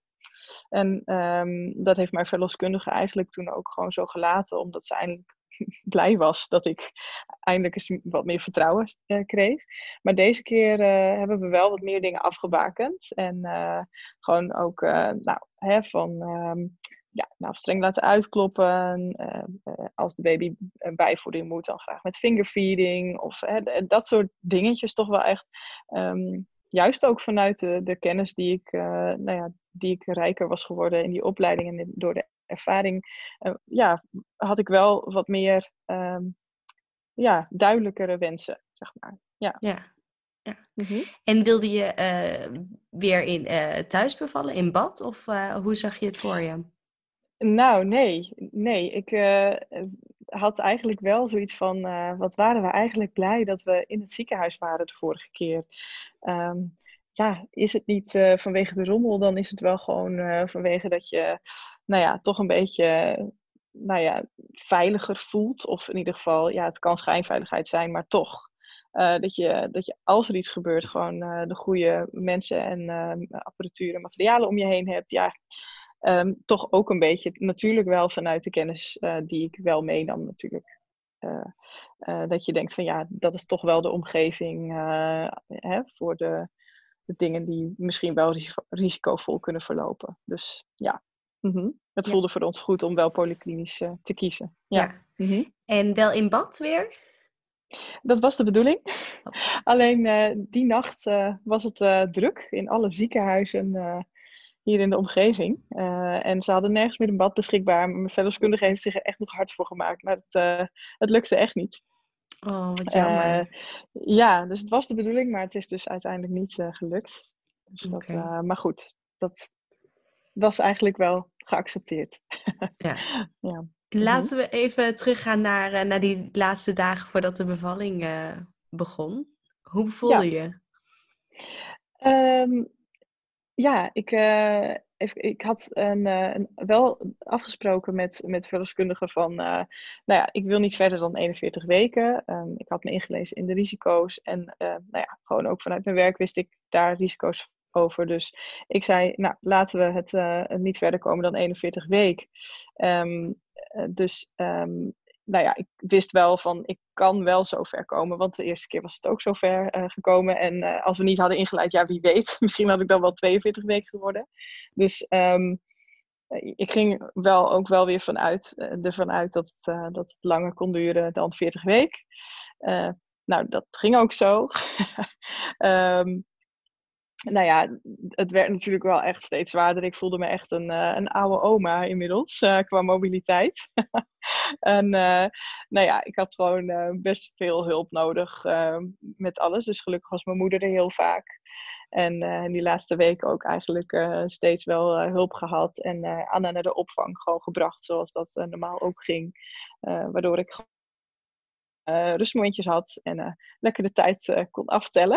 En um, dat heeft mijn verloskundige eigenlijk toen ook gewoon zo gelaten, omdat ze eindelijk blij was dat ik eindelijk eens wat meer vertrouwen uh, kreeg. Maar deze keer uh, hebben we wel wat meer dingen afgebakend. En uh, gewoon ook uh, nou, hè, van um, ja, nou, streng laten uitkloppen. Uh, uh, als de baby een bijvoeding moet, dan graag met fingerfeeding. Of uh, dat soort dingetjes toch wel echt. Um, juist ook vanuit de, de kennis die ik, uh, nou ja, die ik rijker was geworden in die opleiding en door de ervaring, uh, ja, had ik wel wat meer um, ja, duidelijkere wensen, zeg maar. Ja. ja. ja. Mm-hmm. En wilde je uh, weer in uh, thuis bevallen, in bad? Of uh, hoe zag je het voor je? Nou, nee. Nee, ik uh, had eigenlijk wel zoiets van, uh, wat waren we eigenlijk blij dat we in het ziekenhuis waren de vorige keer. Um, ja, is het niet uh, vanwege de rommel, dan is het wel gewoon uh, vanwege dat je, nou ja, toch een beetje, nou ja, veiliger voelt. Of in ieder geval, ja, het kan schijnveiligheid zijn, maar toch. Uh, dat, je, dat je, als er iets gebeurt, gewoon uh, de goede mensen en uh, apparatuur en materialen om je heen hebt. Ja, um, toch ook een beetje, natuurlijk wel vanuit de kennis uh, die ik wel meenam natuurlijk. Uh, uh, dat je denkt van ja, dat is toch wel de omgeving uh, hè, voor de, de dingen die misschien wel risico, risicovol kunnen verlopen. Dus ja, mm-hmm. het voelde ja. voor ons goed om wel polyklinisch uh, te kiezen. Ja. ja. Mm-hmm. En wel in bad weer? Dat was de bedoeling. Oh. Alleen uh, die nacht uh, was het uh, druk in alle ziekenhuizen uh, hier in de omgeving. Uh, en ze hadden nergens meer een bad beschikbaar. Maar mijn verloskundige heeft zich er echt nog hard voor gemaakt. Maar het, uh, het lukte echt niet. Oh, wat jammer. Uh, ja, dus het was de bedoeling, maar het is dus uiteindelijk niet uh, gelukt. Dus dat, okay. uh, maar goed, dat was eigenlijk wel geaccepteerd. Ja. ja. Laten we even teruggaan naar, uh, naar die laatste dagen voordat de bevalling uh, begon. Hoe voelde ja. je? Um, ja, ik, uh, ik had een, uh, een, wel afgesproken met, met verloskundigen van, uh, nou ja, ik wil niet verder dan eenenveertig weken. Um, ik had me ingelezen in de risico's en uh, nou ja, gewoon ook vanuit mijn werk wist ik daar risico's over. Dus ik zei, nou, laten we het uh, niet verder komen dan eenenveertig weken. Um, uh, dus, um, nou ja, ik wist wel van, ik kan wel zo ver komen, want de eerste keer was het ook zo ver uh, gekomen. En uh, als we niet hadden ingeleid, ja, wie weet, misschien had ik dan wel tweeënveertig weken geworden. Dus um, ik ging wel ook wel weer vanuit, uh, ervan uit dat het, uh, dat het langer kon duren dan veertig weken. Uh, nou, dat ging ook zo. um, Nou ja, het werd natuurlijk wel echt steeds zwaarder. Ik voelde me echt een, uh, een oude oma inmiddels, uh, qua mobiliteit. en uh, nou ja, ik had gewoon uh, best veel hulp nodig uh, met alles. Dus gelukkig was mijn moeder er heel vaak. En uh, in die laatste weken ook eigenlijk uh, steeds wel uh, hulp gehad. En uh, Anna naar de opvang gewoon gebracht, zoals dat uh, normaal ook ging. Uh, waardoor ik uh, rustmomentjes had en uh, lekker de tijd uh, kon aftellen.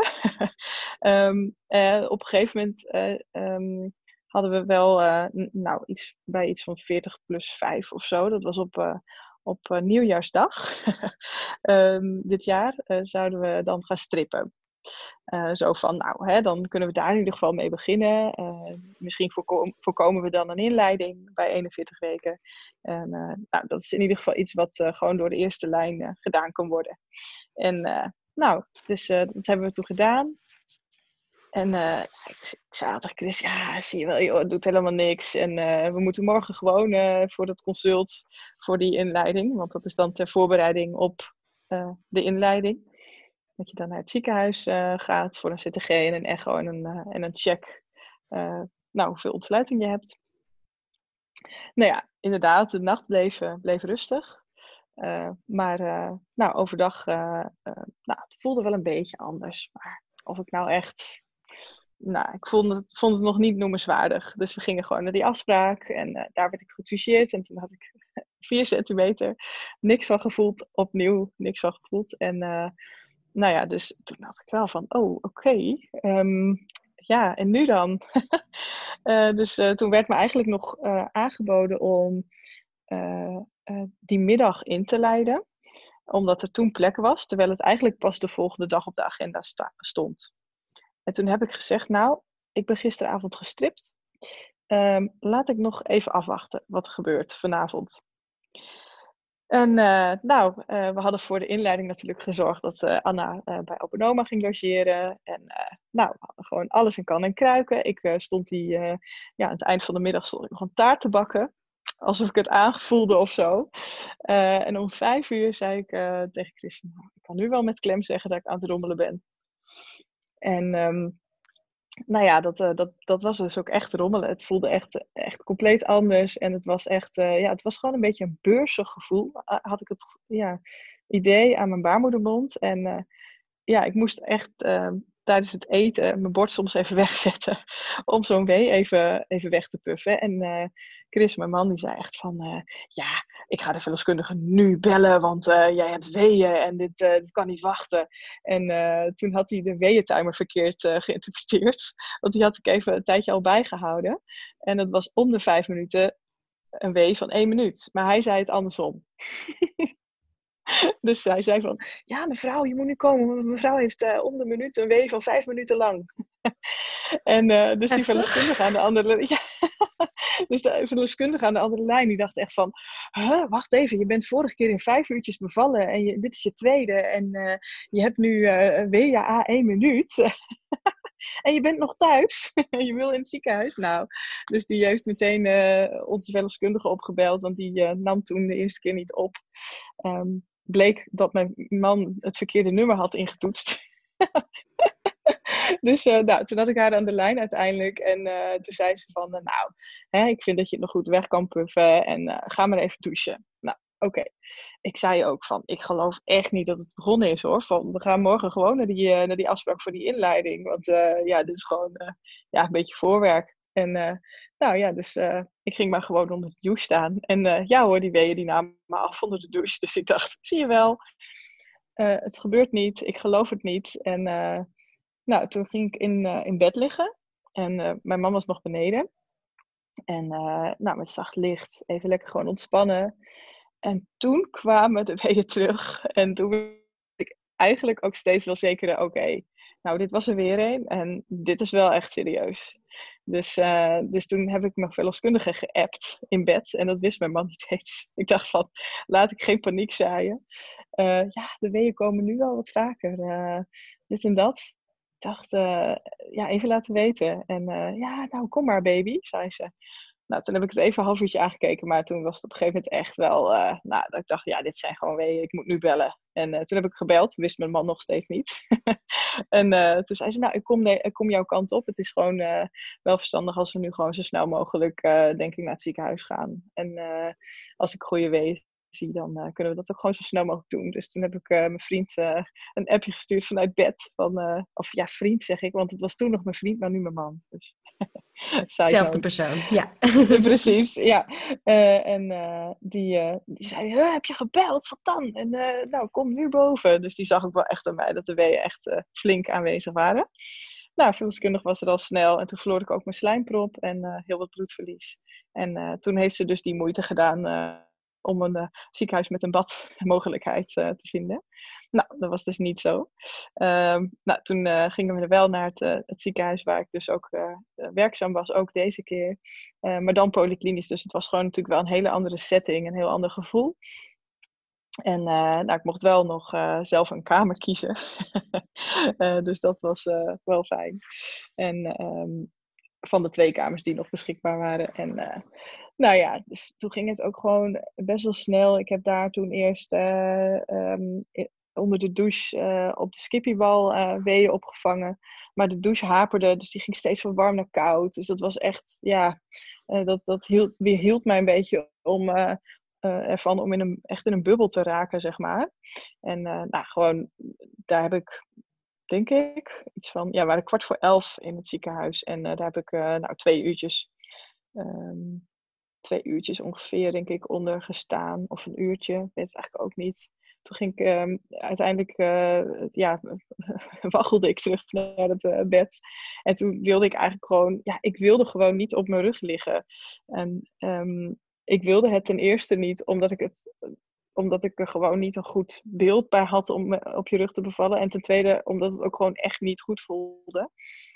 um, uh, op een gegeven moment uh, um, hadden we wel uh, n- nou, iets, bij iets van veertig plus vijf of zo. Dat was op, uh, op uh, nieuwjaarsdag. um, dit jaar uh, zouden we dan gaan strippen. Uh, zo van, nou, hè, dan kunnen we daar in ieder geval mee beginnen. Uh, misschien voorkom, voorkomen we dan een inleiding bij eenenveertig weken. En uh, nou, dat is in ieder geval iets wat uh, gewoon door de eerste lijn uh, gedaan kan worden. En uh, nou, dus uh, dat hebben we toen gedaan. En uh, ik, ik zei altijd, Chris, ja, zie je wel, joh, het doet helemaal niks. En uh, we moeten morgen gewoon uh, voor het consult, voor die inleiding. Want dat is dan ter voorbereiding op uh, de inleiding. Dat je dan naar het ziekenhuis uh, gaat voor een C T G en een echo en een, uh, en een check. Uh, nou, hoeveel ontsluiting je hebt. Nou ja, inderdaad, de nacht bleef, uh, bleef rustig. Uh, maar uh, nou, overdag, uh, uh, nou, het voelde wel een beetje anders. Maar of ik nou echt... Nou, ik vond het, vond het nog niet noemenswaardig. Dus we gingen gewoon naar die afspraak. En uh, daar werd ik getoucheerd. En toen had ik vier centimeter. Niks van gevoeld. Opnieuw niks van gevoeld. En... Uh, Nou ja, dus toen dacht ik wel van, oh, oké. Okay. Um, ja, en nu dan? uh, dus uh, toen werd me eigenlijk nog uh, aangeboden om uh, uh, die middag in te leiden. Omdat er toen plek was, terwijl het eigenlijk pas de volgende dag op de agenda sta- stond. En toen heb ik gezegd, nou, ik ben gisteravond gestript. Um, laat ik nog even afwachten wat er gebeurt vanavond. En uh, nou, uh, we hadden voor de inleiding natuurlijk gezorgd dat uh, Anna uh, bij Open Oma ging logeren. En uh, nou, we hadden gewoon alles in kan en kruiken. Ik uh, stond die, uh, ja, aan het eind van de middag stond ik nog een taart te bakken. Alsof ik het aangevoelde of zo. Uh, en om vijf uur zei ik uh, tegen Chris, ik kan nu wel met klem zeggen dat ik aan het rommelen ben. En... Um, Nou ja, dat, uh, dat, dat was dus ook echt rommelen. Het voelde echt, echt compleet anders. En het was echt, uh, ja, het was gewoon een beetje een beursig gevoel. Uh, had ik het ja, idee aan mijn baarmoedermond. En uh, ja, ik moest echt uh, tijdens het eten mijn bord soms even wegzetten. Om zo'n wee even, even weg te puffen. En uh, Chris, mijn man, die zei echt van... Uh, ja, ik ga de verloskundige nu bellen, want uh, jij hebt weeën en dit, uh, dit kan niet wachten. En uh, toen had hij de weeëntimer verkeerd uh, geïnterpreteerd. Want die had ik even een tijdje al bijgehouden. En dat was om de vijf minuten een wee van één minuut. Maar hij zei het andersom. Dus hij zei van, ja mevrouw, je moet nu komen. Want mevrouw heeft uh, om de minuut een wee van vijf minuten lang. En uh, dus die verloskundige aan de andere... Ja, dus de verloskundige aan de andere lijn, die dacht echt van... Huh, wacht even, je bent vorige keer in vijf uurtjes bevallen. En je, dit is je tweede. En uh, je hebt nu uh, W H A één minuut. En je bent nog thuis. Je wil in het ziekenhuis. Nou, dus die heeft meteen uh, onze verloskundige opgebeld. Want die uh, nam toen de eerste keer niet op. Um, bleek dat mijn man het verkeerde nummer had ingetoetst. Dus uh, nou, toen had ik haar aan de lijn uiteindelijk. En uh, toen zei ze van, uh, nou, hè, ik vind dat je het nog goed weg kan puffen. En uh, ga maar even douchen. Nou, oké. Okay. Ik zei ook van, ik geloof echt niet dat het begonnen is hoor. Van, we gaan morgen gewoon naar die, uh, naar die afspraak voor die inleiding. Want uh, ja, dit is gewoon uh, ja, een beetje voorwerk. En uh, nou ja, dus uh, ik ging maar gewoon onder de douche staan. En uh, ja hoor, die weeën die namen me af onder de douche. Dus ik dacht, zie je wel, uh, het gebeurt niet. Ik geloof het niet. En uh, nou, toen ging ik in, uh, in bed liggen. En uh, mijn man was nog beneden. En uh, nou, met zacht licht, even lekker gewoon ontspannen. En toen kwamen de weeën terug. En toen werd ik eigenlijk ook steeds wel zeker, oké, okay, nou dit was er weer een. En dit is wel echt serieus. Dus, uh, dus toen heb ik mijn verloskundige geappt in bed. En dat wist mijn man niet eens. Ik dacht van, laat ik geen paniek zaaien. Uh, ja, de weeën komen nu wel wat vaker. Uh, dit en dat. Ik dacht, uh, ja, even laten weten. En uh, ja, nou kom maar baby, zei ze. Nou, toen heb ik het even een half uurtje aangekeken, maar toen was het op een gegeven moment echt wel, uh, nou, dat ik dacht, ja, dit zijn gewoon weeën, ik moet nu bellen. En uh, toen heb ik gebeld, wist mijn man nog steeds niet. En uh, toen zei ze, nou, ik kom, de, ik kom jouw kant op. Het is gewoon uh, wel verstandig als we nu gewoon zo snel mogelijk, uh, denk ik, naar het ziekenhuis gaan. En uh, als ik goede weeën zie, dan uh, kunnen we dat ook gewoon zo snel mogelijk doen. Dus toen heb ik uh, mijn vriend uh, een appje gestuurd vanuit bed. Van, uh, of ja, vriend zeg ik, want het was toen nog mijn vriend, maar nu mijn man. Dus Zelfde persoon, ja. Precies, ja. Uh, en uh, die, uh, die zei, heb je gebeld? Wat dan? En uh, nou, kom nu boven. Dus die zag ook wel echt aan mij dat de weeën echt uh, flink aanwezig waren. Nou, verloskundig was er al snel. En toen verloor ik ook mijn slijmprop en uh, heel wat bloedverlies. En uh, toen heeft ze dus die moeite gedaan uh, om een uh, ziekenhuis met een badmogelijkheid uh, te vinden. Nou, dat was dus niet zo. Um, nou, toen uh, gingen we er wel naar het, uh, het ziekenhuis waar ik dus ook uh, werkzaam was, ook deze keer. Uh, maar dan polyklinisch, dus het was gewoon natuurlijk wel een hele andere setting, een heel ander gevoel. En uh, nou, ik mocht wel nog uh, zelf een kamer kiezen. uh, dus dat was uh, wel fijn. En um, van de twee kamers die nog beschikbaar waren. En uh, nou ja, dus toen ging het ook gewoon best wel snel. Ik heb daar toen eerst uh, um, onder de douche uh, op de skippiebal uh, weeën opgevangen. Maar de douche haperde, dus die ging steeds van warm naar koud. Dus dat was echt, ja, uh, dat, dat hield, weerhield mij een beetje om... Uh, Uh, ervan om in een, echt in een bubbel te raken, zeg maar. En uh, nou, gewoon, daar heb ik, denk ik, iets van, ja, we waren kwart voor elf in het ziekenhuis. En uh, daar heb ik, uh, nou, twee uurtjes, um, twee uurtjes ongeveer, denk ik, onder gestaan. Of een uurtje, weet het eigenlijk ook niet. Toen ging ik, um, uiteindelijk, uh, ja, waggelde ik terug naar het uh, bed. En toen wilde ik eigenlijk gewoon, ja, ik wilde gewoon niet op mijn rug liggen. En, um, Ik wilde het ten eerste niet, omdat ik, het, omdat ik er gewoon niet een goed beeld bij had om op je rug te bevallen. En ten tweede, omdat het ook gewoon echt niet goed voelde.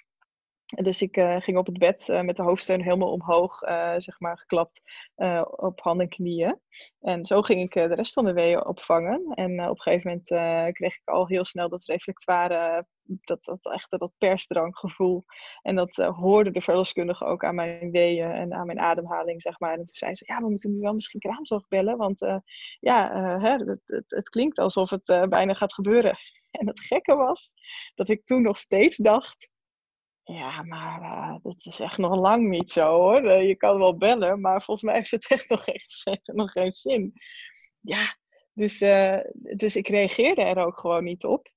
Dus ik uh, ging op het bed uh, met de hoofdsteun helemaal omhoog, uh, zeg maar, geklapt uh, op handen en knieën. En zo ging ik uh, de rest van de weeën opvangen. En uh, op een gegeven moment uh, kreeg ik al heel snel dat reflectoire, dat, dat echt dat persdranggevoel. En dat uh, hoorde de verloskundige ook aan mijn weeën en aan mijn ademhaling, zeg maar. En toen zei ze, ja, we moeten nu wel misschien kraamzorg bellen, want uh, ja, uh, hè, het, het, het klinkt alsof het uh, bijna gaat gebeuren. En het gekke was, dat ik toen nog steeds dacht, ja, maar uh, dat is echt nog lang niet zo, hoor. Uh, je kan wel bellen, maar volgens mij heeft het echt nog geen, nog geen zin. Ja, dus, uh, dus ik reageerde er ook gewoon niet op.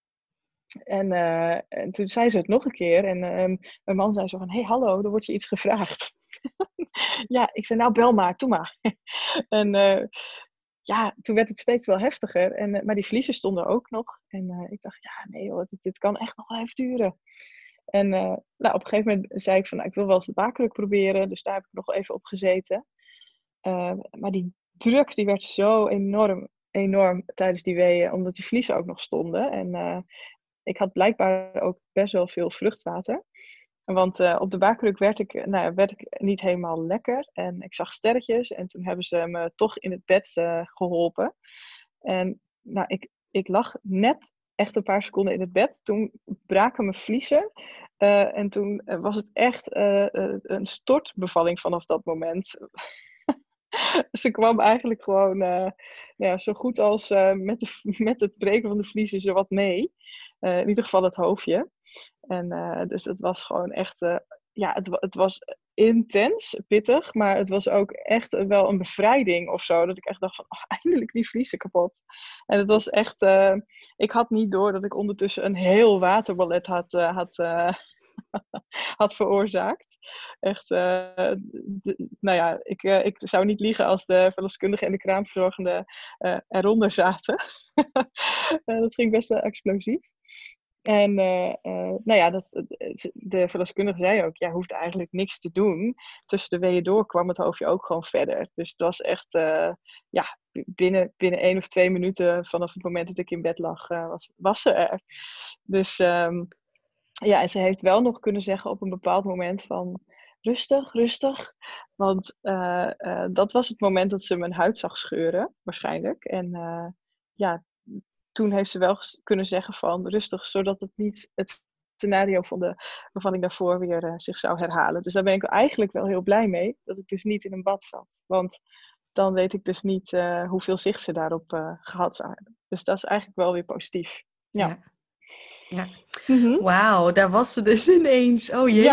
En, uh, en toen zei ze het nog een keer. En uh, mijn man zei zo van, hé, hey, hallo, er wordt je iets gevraagd. Ja, ik zei, nou, bel maar, doe maar. En uh, ja, toen werd het steeds wel heftiger. En, uh, maar die vliezen stonden ook nog. En uh, ik dacht, ja, nee, hoor, dit, dit kan echt nog wel even duren. En uh, nou, op een gegeven moment zei ik van, nou, ik wil wel eens de baarkruk proberen. Dus daar heb ik nog even op gezeten. Uh, maar die druk die werd zo enorm, enorm tijdens die weeën, omdat die vliezen ook nog stonden. En uh, ik had blijkbaar ook best wel veel vruchtwater. Want uh, op de baarkruk werd ik, nou, werd ik niet helemaal lekker. En ik zag sterretjes. En toen hebben ze me toch in het bed uh, geholpen. En nou, ik, ik lag net echt een paar seconden in het bed. Toen braken mijn vliezen. Uh, en toen was het echt uh, uh, een stortbevalling vanaf dat moment. Ze kwam eigenlijk gewoon uh, ja, zo goed als uh, met, de, met het breken van de vliezen zo wat mee. Uh, in ieder geval het hoofdje. En uh, dus het was gewoon echt... Uh, ja, het, het was intens, pittig. Maar het was ook echt wel een bevrijding of zo. Dat ik echt dacht van, oh, eindelijk die vliezen kapot. En het was echt... Uh, ik had niet door dat ik ondertussen een heel waterballet had... Uh, had uh, had veroorzaakt. Echt, uh, de, nou ja, ik, uh, ik zou niet liegen als de verloskundige en de kraamverzorgende uh, eronder zaten. uh, dat ging best wel explosief. En uh, uh, nou ja, dat, de verloskundige zei ook, ja, hoeft eigenlijk niks te doen. Tussen de weeën door kwam het hoofdje ook gewoon verder. Dus het was echt, uh, ja, binnen, binnen één of twee minuten vanaf het moment dat ik in bed lag, uh, was, was ze er. Dus... Um, Ja, en ze heeft wel nog kunnen zeggen op een bepaald moment van rustig, rustig. Want uh, uh, dat was het moment dat ze mijn huid zag scheuren, waarschijnlijk. En uh, ja, toen heeft ze wel kunnen zeggen van rustig, zodat het niet het scenario van de bevalling daarvoor weer uh, zich zou herhalen. Dus daar ben ik eigenlijk wel heel blij mee, dat ik dus niet in een bad zat. Want dan weet ik dus niet uh, hoeveel zicht ze daarop uh, gehad zou hebben. Dus dat is eigenlijk wel weer positief. Ja. Ja. Ja. Mm-hmm. Wauw, daar was ze dus ineens. Oh jeetje.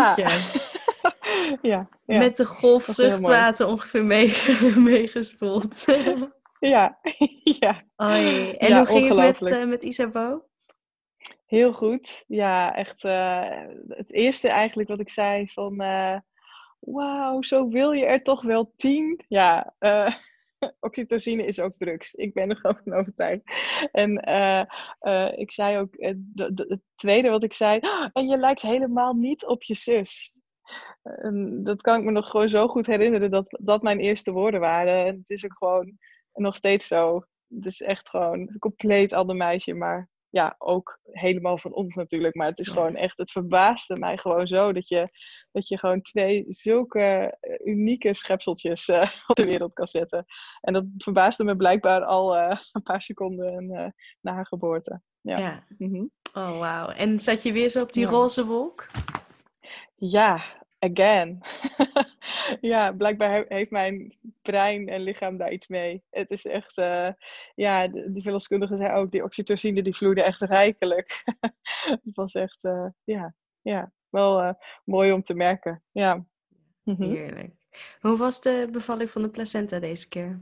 Ja. ja, ja. Met de golf vruchtwater ongeveer mee, meegespoeld. ja, ja. Oei. En ja, hoe ging het met, uh, met Isabeau? Heel goed. Ja, echt. Uh, het eerste eigenlijk wat ik zei van... Uh, Wauw, zo wil je er toch wel tien? Ja, uh, oxytocine is ook drugs. Ik ben er gewoon van overtuigd. En uh, uh, ik zei ook... Uh, de, de, het tweede wat ik zei... Oh, en je lijkt helemaal niet op je zus. Uh, dat kan ik me nog gewoon zo goed herinneren... dat dat mijn eerste woorden waren. En het is ook gewoon nog steeds zo. Het is echt gewoon een compleet ander meisje, maar... Ja, ook helemaal van ons natuurlijk. Maar het is ja. gewoon echt, het verbaasde mij gewoon zo dat je, dat je gewoon twee zulke unieke schepseltjes uh, op de wereld kan zetten. En dat verbaasde me blijkbaar al uh, een paar seconden uh, na haar geboorte. Ja. ja. Mm-hmm. Oh, wauw. En zat je weer zo op die ja. roze wolk? Ja, again. Ja, blijkbaar heeft mijn brein en lichaam daar iets mee. Het is echt, uh, ja, die verloskundige zei ook, die oxytocine die vloeide echt rijkelijk. Het was echt, uh, ja, ja, wel uh, mooi om te merken. Ja. Mm-hmm. Heerlijk. Hoe was de bevalling van de placenta deze keer?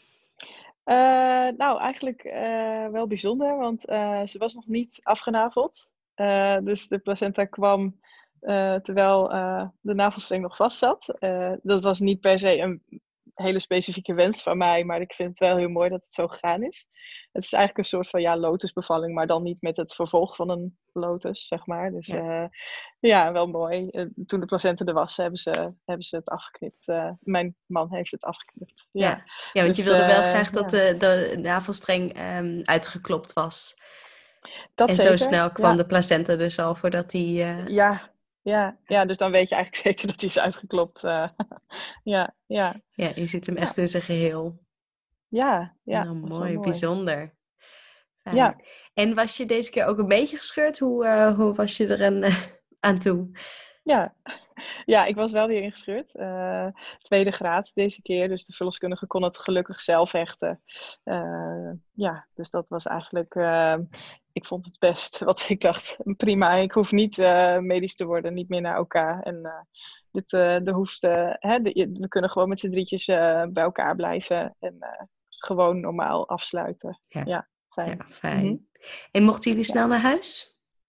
Uh, nou, eigenlijk uh, wel bijzonder, want uh, ze was nog niet afgenaveld. Uh, dus de placenta kwam... Uh, terwijl uh, de navelstreng nog vast zat. Uh, dat was niet per se een hele specifieke wens van mij, maar ik vind het wel heel mooi dat het zo gegaan is. Het is eigenlijk een soort van ja, lotusbevalling, maar dan niet met het vervolg van een lotus, zeg maar. Dus ja, uh, ja wel mooi. Uh, toen de placenta er was, hebben ze, hebben ze het afgeknipt. Uh, mijn man heeft het afgeknipt. Ja, ja. ja want dus, je wilde wel uh, graag dat ja. de, de navelstreng um, uitgeklopt was. Dat en zeker. zo snel kwam ja. de placenta dus al voordat die... Uh... Ja. Ja, ja, dus dan weet je eigenlijk zeker dat hij is uitgeklopt. Uh, ja, ja. Ja, je ziet hem echt ja. in zijn geheel. Ja, ja. Nou, mooi, mooi, bijzonder. Fijn. Ja. En was je deze keer ook een beetje gescheurd? Hoe, uh, hoe was je er aan, uh, aan toe? Ja. ja, ik was wel weer ingescheurd. Uh, tweede graad deze keer, dus de verloskundige kon het gelukkig zelf hechten. Uh, ja, dus dat was eigenlijk... Uh, ik vond het best, wat ik dacht, prima. Ik hoef niet uh, medisch te worden, niet meer naar elkaar. En uh, dit, uh, er hoeft, uh, hè, de, we kunnen gewoon met z'n drietjes uh, bij elkaar blijven. En uh, gewoon normaal afsluiten. Ja, ja fijn. Ja, fijn. Mm-hmm. En mochten jullie snel ja. naar huis?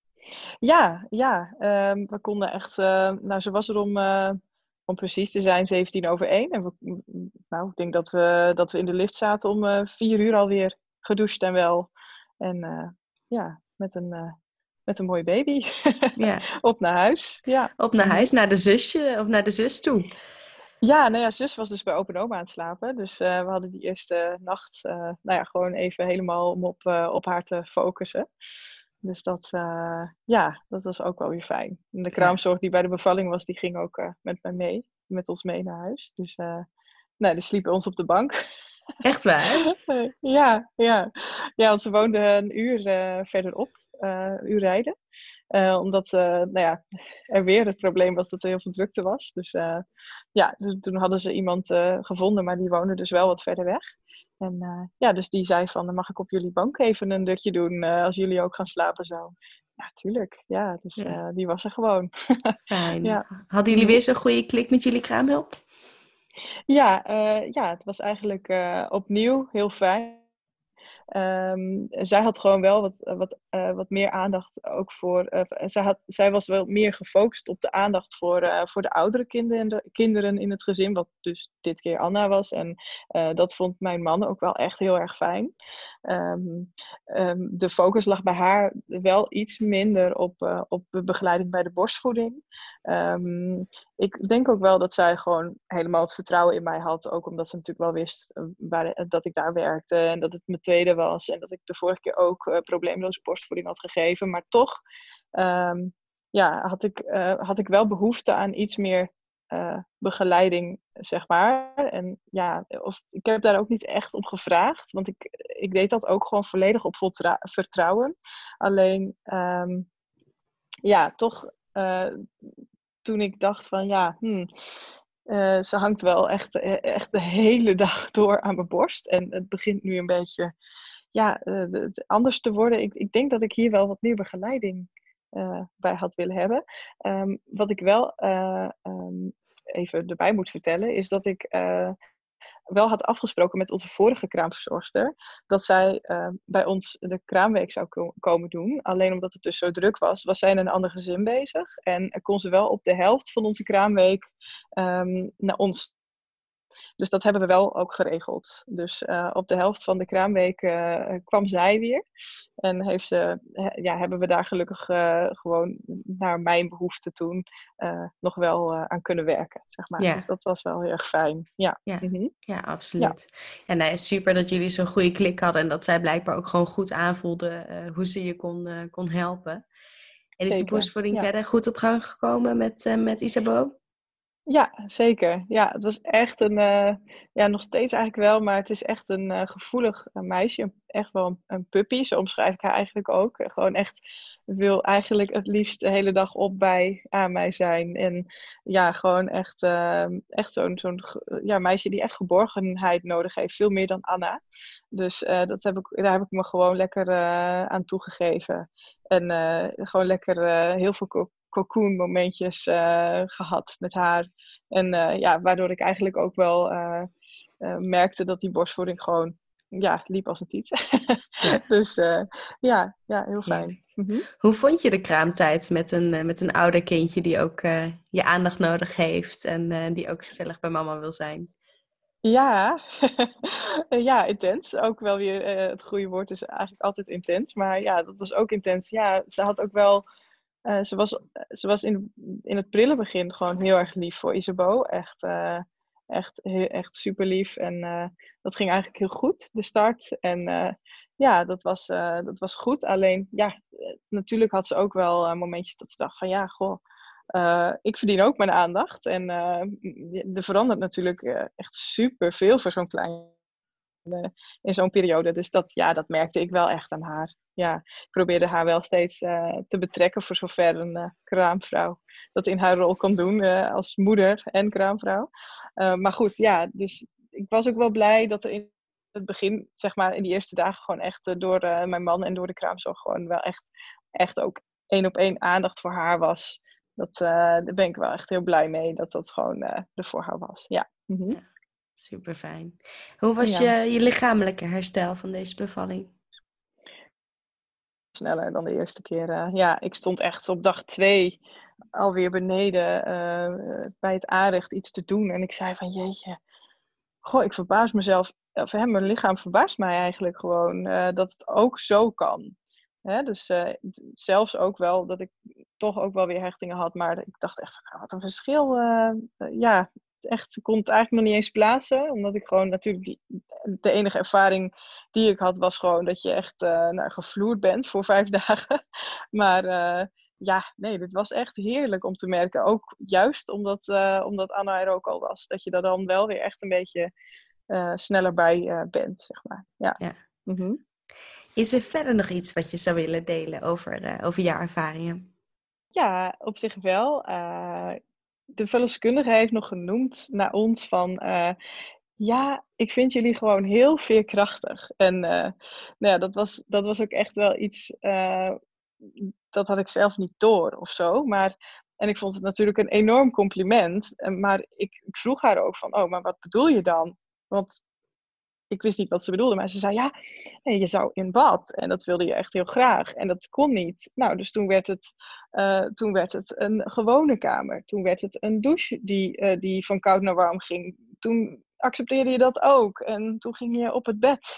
Ja, ja. Um, we konden echt... Uh, nou, ze was er om, uh, om precies te zijn zeventien over één. En we, nou, ik denk dat we, dat we in de lift zaten om uh, vier uur alweer gedoucht en wel. En uh, ja, met een, uh, met een mooie baby. Ja. Op naar huis. Ja. Op naar huis, naar de zusje of naar de zus toe? Ja, nou ja, zus was dus bij opa en oma aan het slapen. Dus uh, we hadden die eerste nacht, uh, nou ja, gewoon even helemaal om op, uh, op haar te focussen. Dus dat, uh, ja, dat was ook wel weer fijn. En de kraamzorg die bij de bevalling was, die ging ook uh, met mij mee. Met ons mee naar huis. Dus uh, nou, die sliep bij ons op de bank. Echt waar? ja, ja. Ja, want ze woonde een uur uh, verderop. Uh, een uur rijden. Uh, omdat uh, nou ja, er weer het probleem was dat er heel veel drukte was. Dus uh, ja, dus toen hadden ze iemand uh, gevonden, maar die woonde dus wel wat verder weg. En uh, ja, dus die zei van, mag ik op jullie bank even een dutje doen uh, als jullie ook gaan slapen zo. Ja, tuurlijk. Ja, dus uh, ja. die was er gewoon. Fijn. Ja. Hadden jullie weer zo'n goede klik met jullie kraamhulp? Ja, uh, ja, het was eigenlijk uh, opnieuw heel fijn. Um, zij had gewoon wel wat, wat, uh, wat meer aandacht ook voor... Uh, zij, had, zij was wel meer gefocust op de aandacht voor, uh, voor de oudere kinderen, de, kinderen in het gezin. Wat dus dit keer Anna was. En uh, dat vond mijn man ook wel echt heel erg fijn. Um, um, de focus lag bij haar wel iets minder op, uh, op begeleiding bij de borstvoeding. Um, ik denk ook wel dat zij gewoon helemaal het vertrouwen in mij had. Ook omdat ze natuurlijk wel wist uh, waar, dat ik daar werkte. En dat het mijn tweede was. En dat ik de vorige keer ook uh, probleemloze borstvoeding had gegeven. Maar toch um, ja, had, ik, uh, had ik wel behoefte aan iets meer uh, begeleiding, zeg maar. En ja, of, ik heb daar ook niet echt op gevraagd. Want ik, ik deed dat ook gewoon volledig op voltra- vertrouwen. Alleen, um, ja, toch... Uh, toen ik dacht van ja, hmm, uh, ze hangt wel echt, echt de hele dag door aan mijn borst. En het begint nu een beetje ja, uh, de, de, anders te worden. Ik, ik denk dat ik hier wel wat meer begeleiding uh, bij had willen hebben. Um, wat ik wel uh, um, even erbij moet vertellen, is dat ik uh, wel had afgesproken met onze vorige kraamverzorgster dat zij uh, bij ons de kraamweek zou ko- komen doen. Alleen omdat het dus zo druk was, was zij in een ander gezin bezig. En kon ze wel op de helft van onze kraamweek um, naar ons. Dus dat hebben we wel ook geregeld. Dus uh, op de helft van de kraamweek uh, kwam zij weer. En heeft ze, ja, hebben we daar gelukkig uh, gewoon naar mijn behoefte toen uh, nog wel uh, aan kunnen werken. Zeg maar. Ja. Dus dat was wel heel erg fijn. Ja, Ja, mm-hmm. ja absoluut. Ja. En nou, super dat jullie zo'n goede klik hadden. En dat zij blijkbaar ook gewoon goed aanvoelde uh, hoe ze je kon, uh, kon helpen. En is Zeker. de borstvoeding ja. verder goed op gang gekomen met, uh, met Isabeau? Ja, zeker. Ja, het was echt een, uh, ja, nog steeds eigenlijk wel, maar het is echt een uh, gevoelig uh, meisje. Echt wel een, een puppy, zo omschrijf ik haar eigenlijk ook. Gewoon echt, wil eigenlijk het liefst de hele dag op bij aan mij zijn. En ja, gewoon echt, uh, echt zo'n, zo'n ja, meisje die echt geborgenheid nodig heeft. Veel meer dan Anna. Dus uh, dat heb ik, daar heb ik me gewoon lekker uh, aan toegegeven. En uh, gewoon lekker uh, heel veel cocoon momentjes uh, gehad met haar. En uh, ja, waardoor ik eigenlijk ook wel uh, uh, merkte dat die borstvoeding gewoon ja, liep als een tiet. Ja. dus uh, ja, ja, heel fijn. Ja. Mm-hmm. Hoe vond je de kraamtijd met een, uh, met een ouder kindje die ook uh, je aandacht nodig heeft en uh, die ook gezellig bij mama wil zijn? Ja, ja, intens. Ook wel weer, uh, het goede woord is eigenlijk altijd intens. Maar ja, dat was ook intens. Ja, ze had ook wel... Uh, ze was, ze was in, in het prille begin gewoon heel erg lief voor Isabeau. Echt, uh, echt, he, echt super lief. En uh, dat ging eigenlijk heel goed, de start. En uh, ja, dat was, uh, dat was goed. Alleen, ja, natuurlijk had ze ook wel uh, momentjes dat ze dacht van... Ja, goh, uh, ik verdien ook mijn aandacht. En uh, er verandert natuurlijk uh, echt super veel voor zo'n klein... in zo'n periode. Dus dat, ja, dat merkte ik wel echt aan haar. Ja, ik probeerde haar wel steeds uh, te betrekken voor zover een uh, kraamvrouw dat in haar rol kon doen uh, als moeder en kraamvrouw. Uh, maar goed, ja, dus ik was ook wel blij dat er in het begin, zeg maar in die eerste dagen gewoon echt uh, door uh, mijn man en door de kraamzorg gewoon wel echt, echt ook één op één aandacht voor haar was. Dat, uh, daar ben ik wel echt heel blij mee dat dat gewoon uh, er voor haar was. Ja. Mm-hmm. Ja. Super fijn. Hoe was ja. je, je lichamelijke herstel van deze bevalling? Sneller dan de eerste keer. Uh, ja, ik stond echt op dag twee alweer beneden uh, bij het aanrecht iets te doen. En ik zei van jeetje, goh, ik verbaas mezelf. Of hè, mijn lichaam verbaast mij eigenlijk gewoon uh, dat het ook zo kan. Hè, dus uh, zelfs ook wel dat ik toch ook wel weer hechtingen had. Maar ik dacht echt, wat een verschil. Uh, uh, ja, echt, ik kon het eigenlijk nog niet eens plaatsen. Omdat ik gewoon natuurlijk, die, de enige ervaring die ik had was gewoon dat je echt uh, nou, gevloerd bent voor vijf dagen. Maar uh, ja, nee, dit was echt heerlijk om te merken. Ook juist omdat, uh, omdat Anna er ook al was. Dat je er dan wel weer echt een beetje uh, sneller bij uh, bent, zeg maar. Ja. Ja. Mm-hmm. Is er verder nog iets wat je zou willen delen over, uh, over jouw ervaringen? Ja, op zich wel. Uh, de verloskundige heeft nog genoemd naar ons van... Uh, ja, ik vind jullie gewoon heel veerkrachtig. En uh, nou ja, dat, was, dat was ook echt wel iets... Uh, dat had ik zelf niet door of zo. Maar, en ik vond het natuurlijk een enorm compliment. Maar ik, ik vroeg haar ook van... Oh, maar wat bedoel je dan? Want... Ik wist niet wat ze bedoelde, maar ze zei ja, je zou in bad. En dat wilde je echt heel graag. En dat kon niet. Nou, dus toen werd het, uh, toen werd het een gewone kamer. Toen werd het een douche die, uh, die van koud naar warm ging. Toen accepteerde je dat ook. En toen ging je op het bed.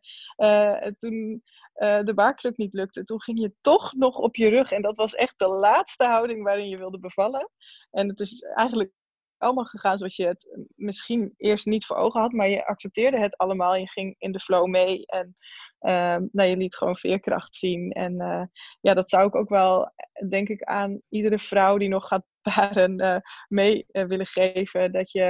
uh, toen uh, de baarkruk niet lukte, toen ging je toch nog op je rug. En dat was echt de laatste houding waarin je wilde bevallen. En het is eigenlijk... allemaal gegaan zoals je het misschien eerst niet voor ogen had, maar je accepteerde het allemaal. Je ging in de flow mee en uh, nou, je liet gewoon veerkracht zien. En uh, ja, dat zou ik ook wel, denk ik, aan iedere vrouw die nog gaat baren uh, mee uh, willen geven. Dat je,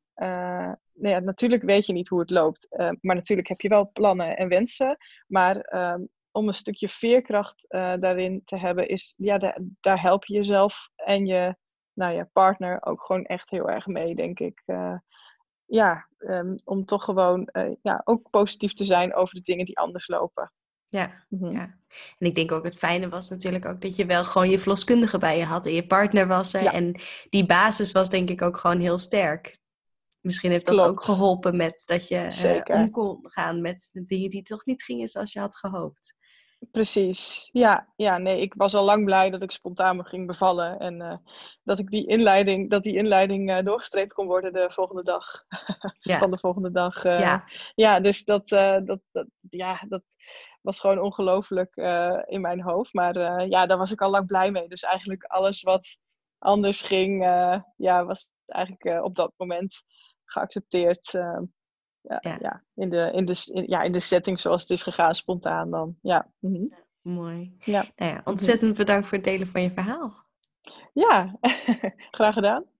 uh, nou ja, natuurlijk weet je niet hoe het loopt, uh, maar natuurlijk heb je wel plannen en wensen. Maar uh, om een stukje veerkracht uh, daarin te hebben, is, ja, daar, daar help je jezelf en je nou ja, partner ook gewoon echt heel erg mee, denk ik. Uh, ja, um, om toch gewoon uh, ja, ook positief te zijn over de dingen die anders lopen. Ja, mm-hmm. ja, en ik denk ook het fijne was natuurlijk ook dat je wel gewoon je verloskundige bij je had en je partner was er. Ja. En die basis was denk ik ook gewoon heel sterk. misschien heeft dat Klopt. ook geholpen met dat je Zeker. uh, om kon gaan met dingen die toch niet gingen zoals je had gehoopt. Precies, ja, ja, nee, ik was al lang blij dat ik spontaan ging bevallen en uh, dat ik die inleiding, dat die inleiding uh, doorgestreept kon worden de volgende dag, ja. van de volgende dag. Uh, ja. ja, dus dat, uh, dat, dat, ja, dat was gewoon ongelooflijk uh, in mijn hoofd, maar uh, ja, daar was ik al lang blij mee. Dus eigenlijk alles wat anders ging, uh, ja, was eigenlijk uh, op dat moment geaccepteerd. Uh, Ja, ja. ja, in, de, in, de, in, ja, in de setting zoals het is gegaan, spontaan dan. Ja. Mm-hmm. Ja, mooi. Ja. Nou ja, ontzettend bedankt voor het delen van je verhaal. Ja, graag gedaan.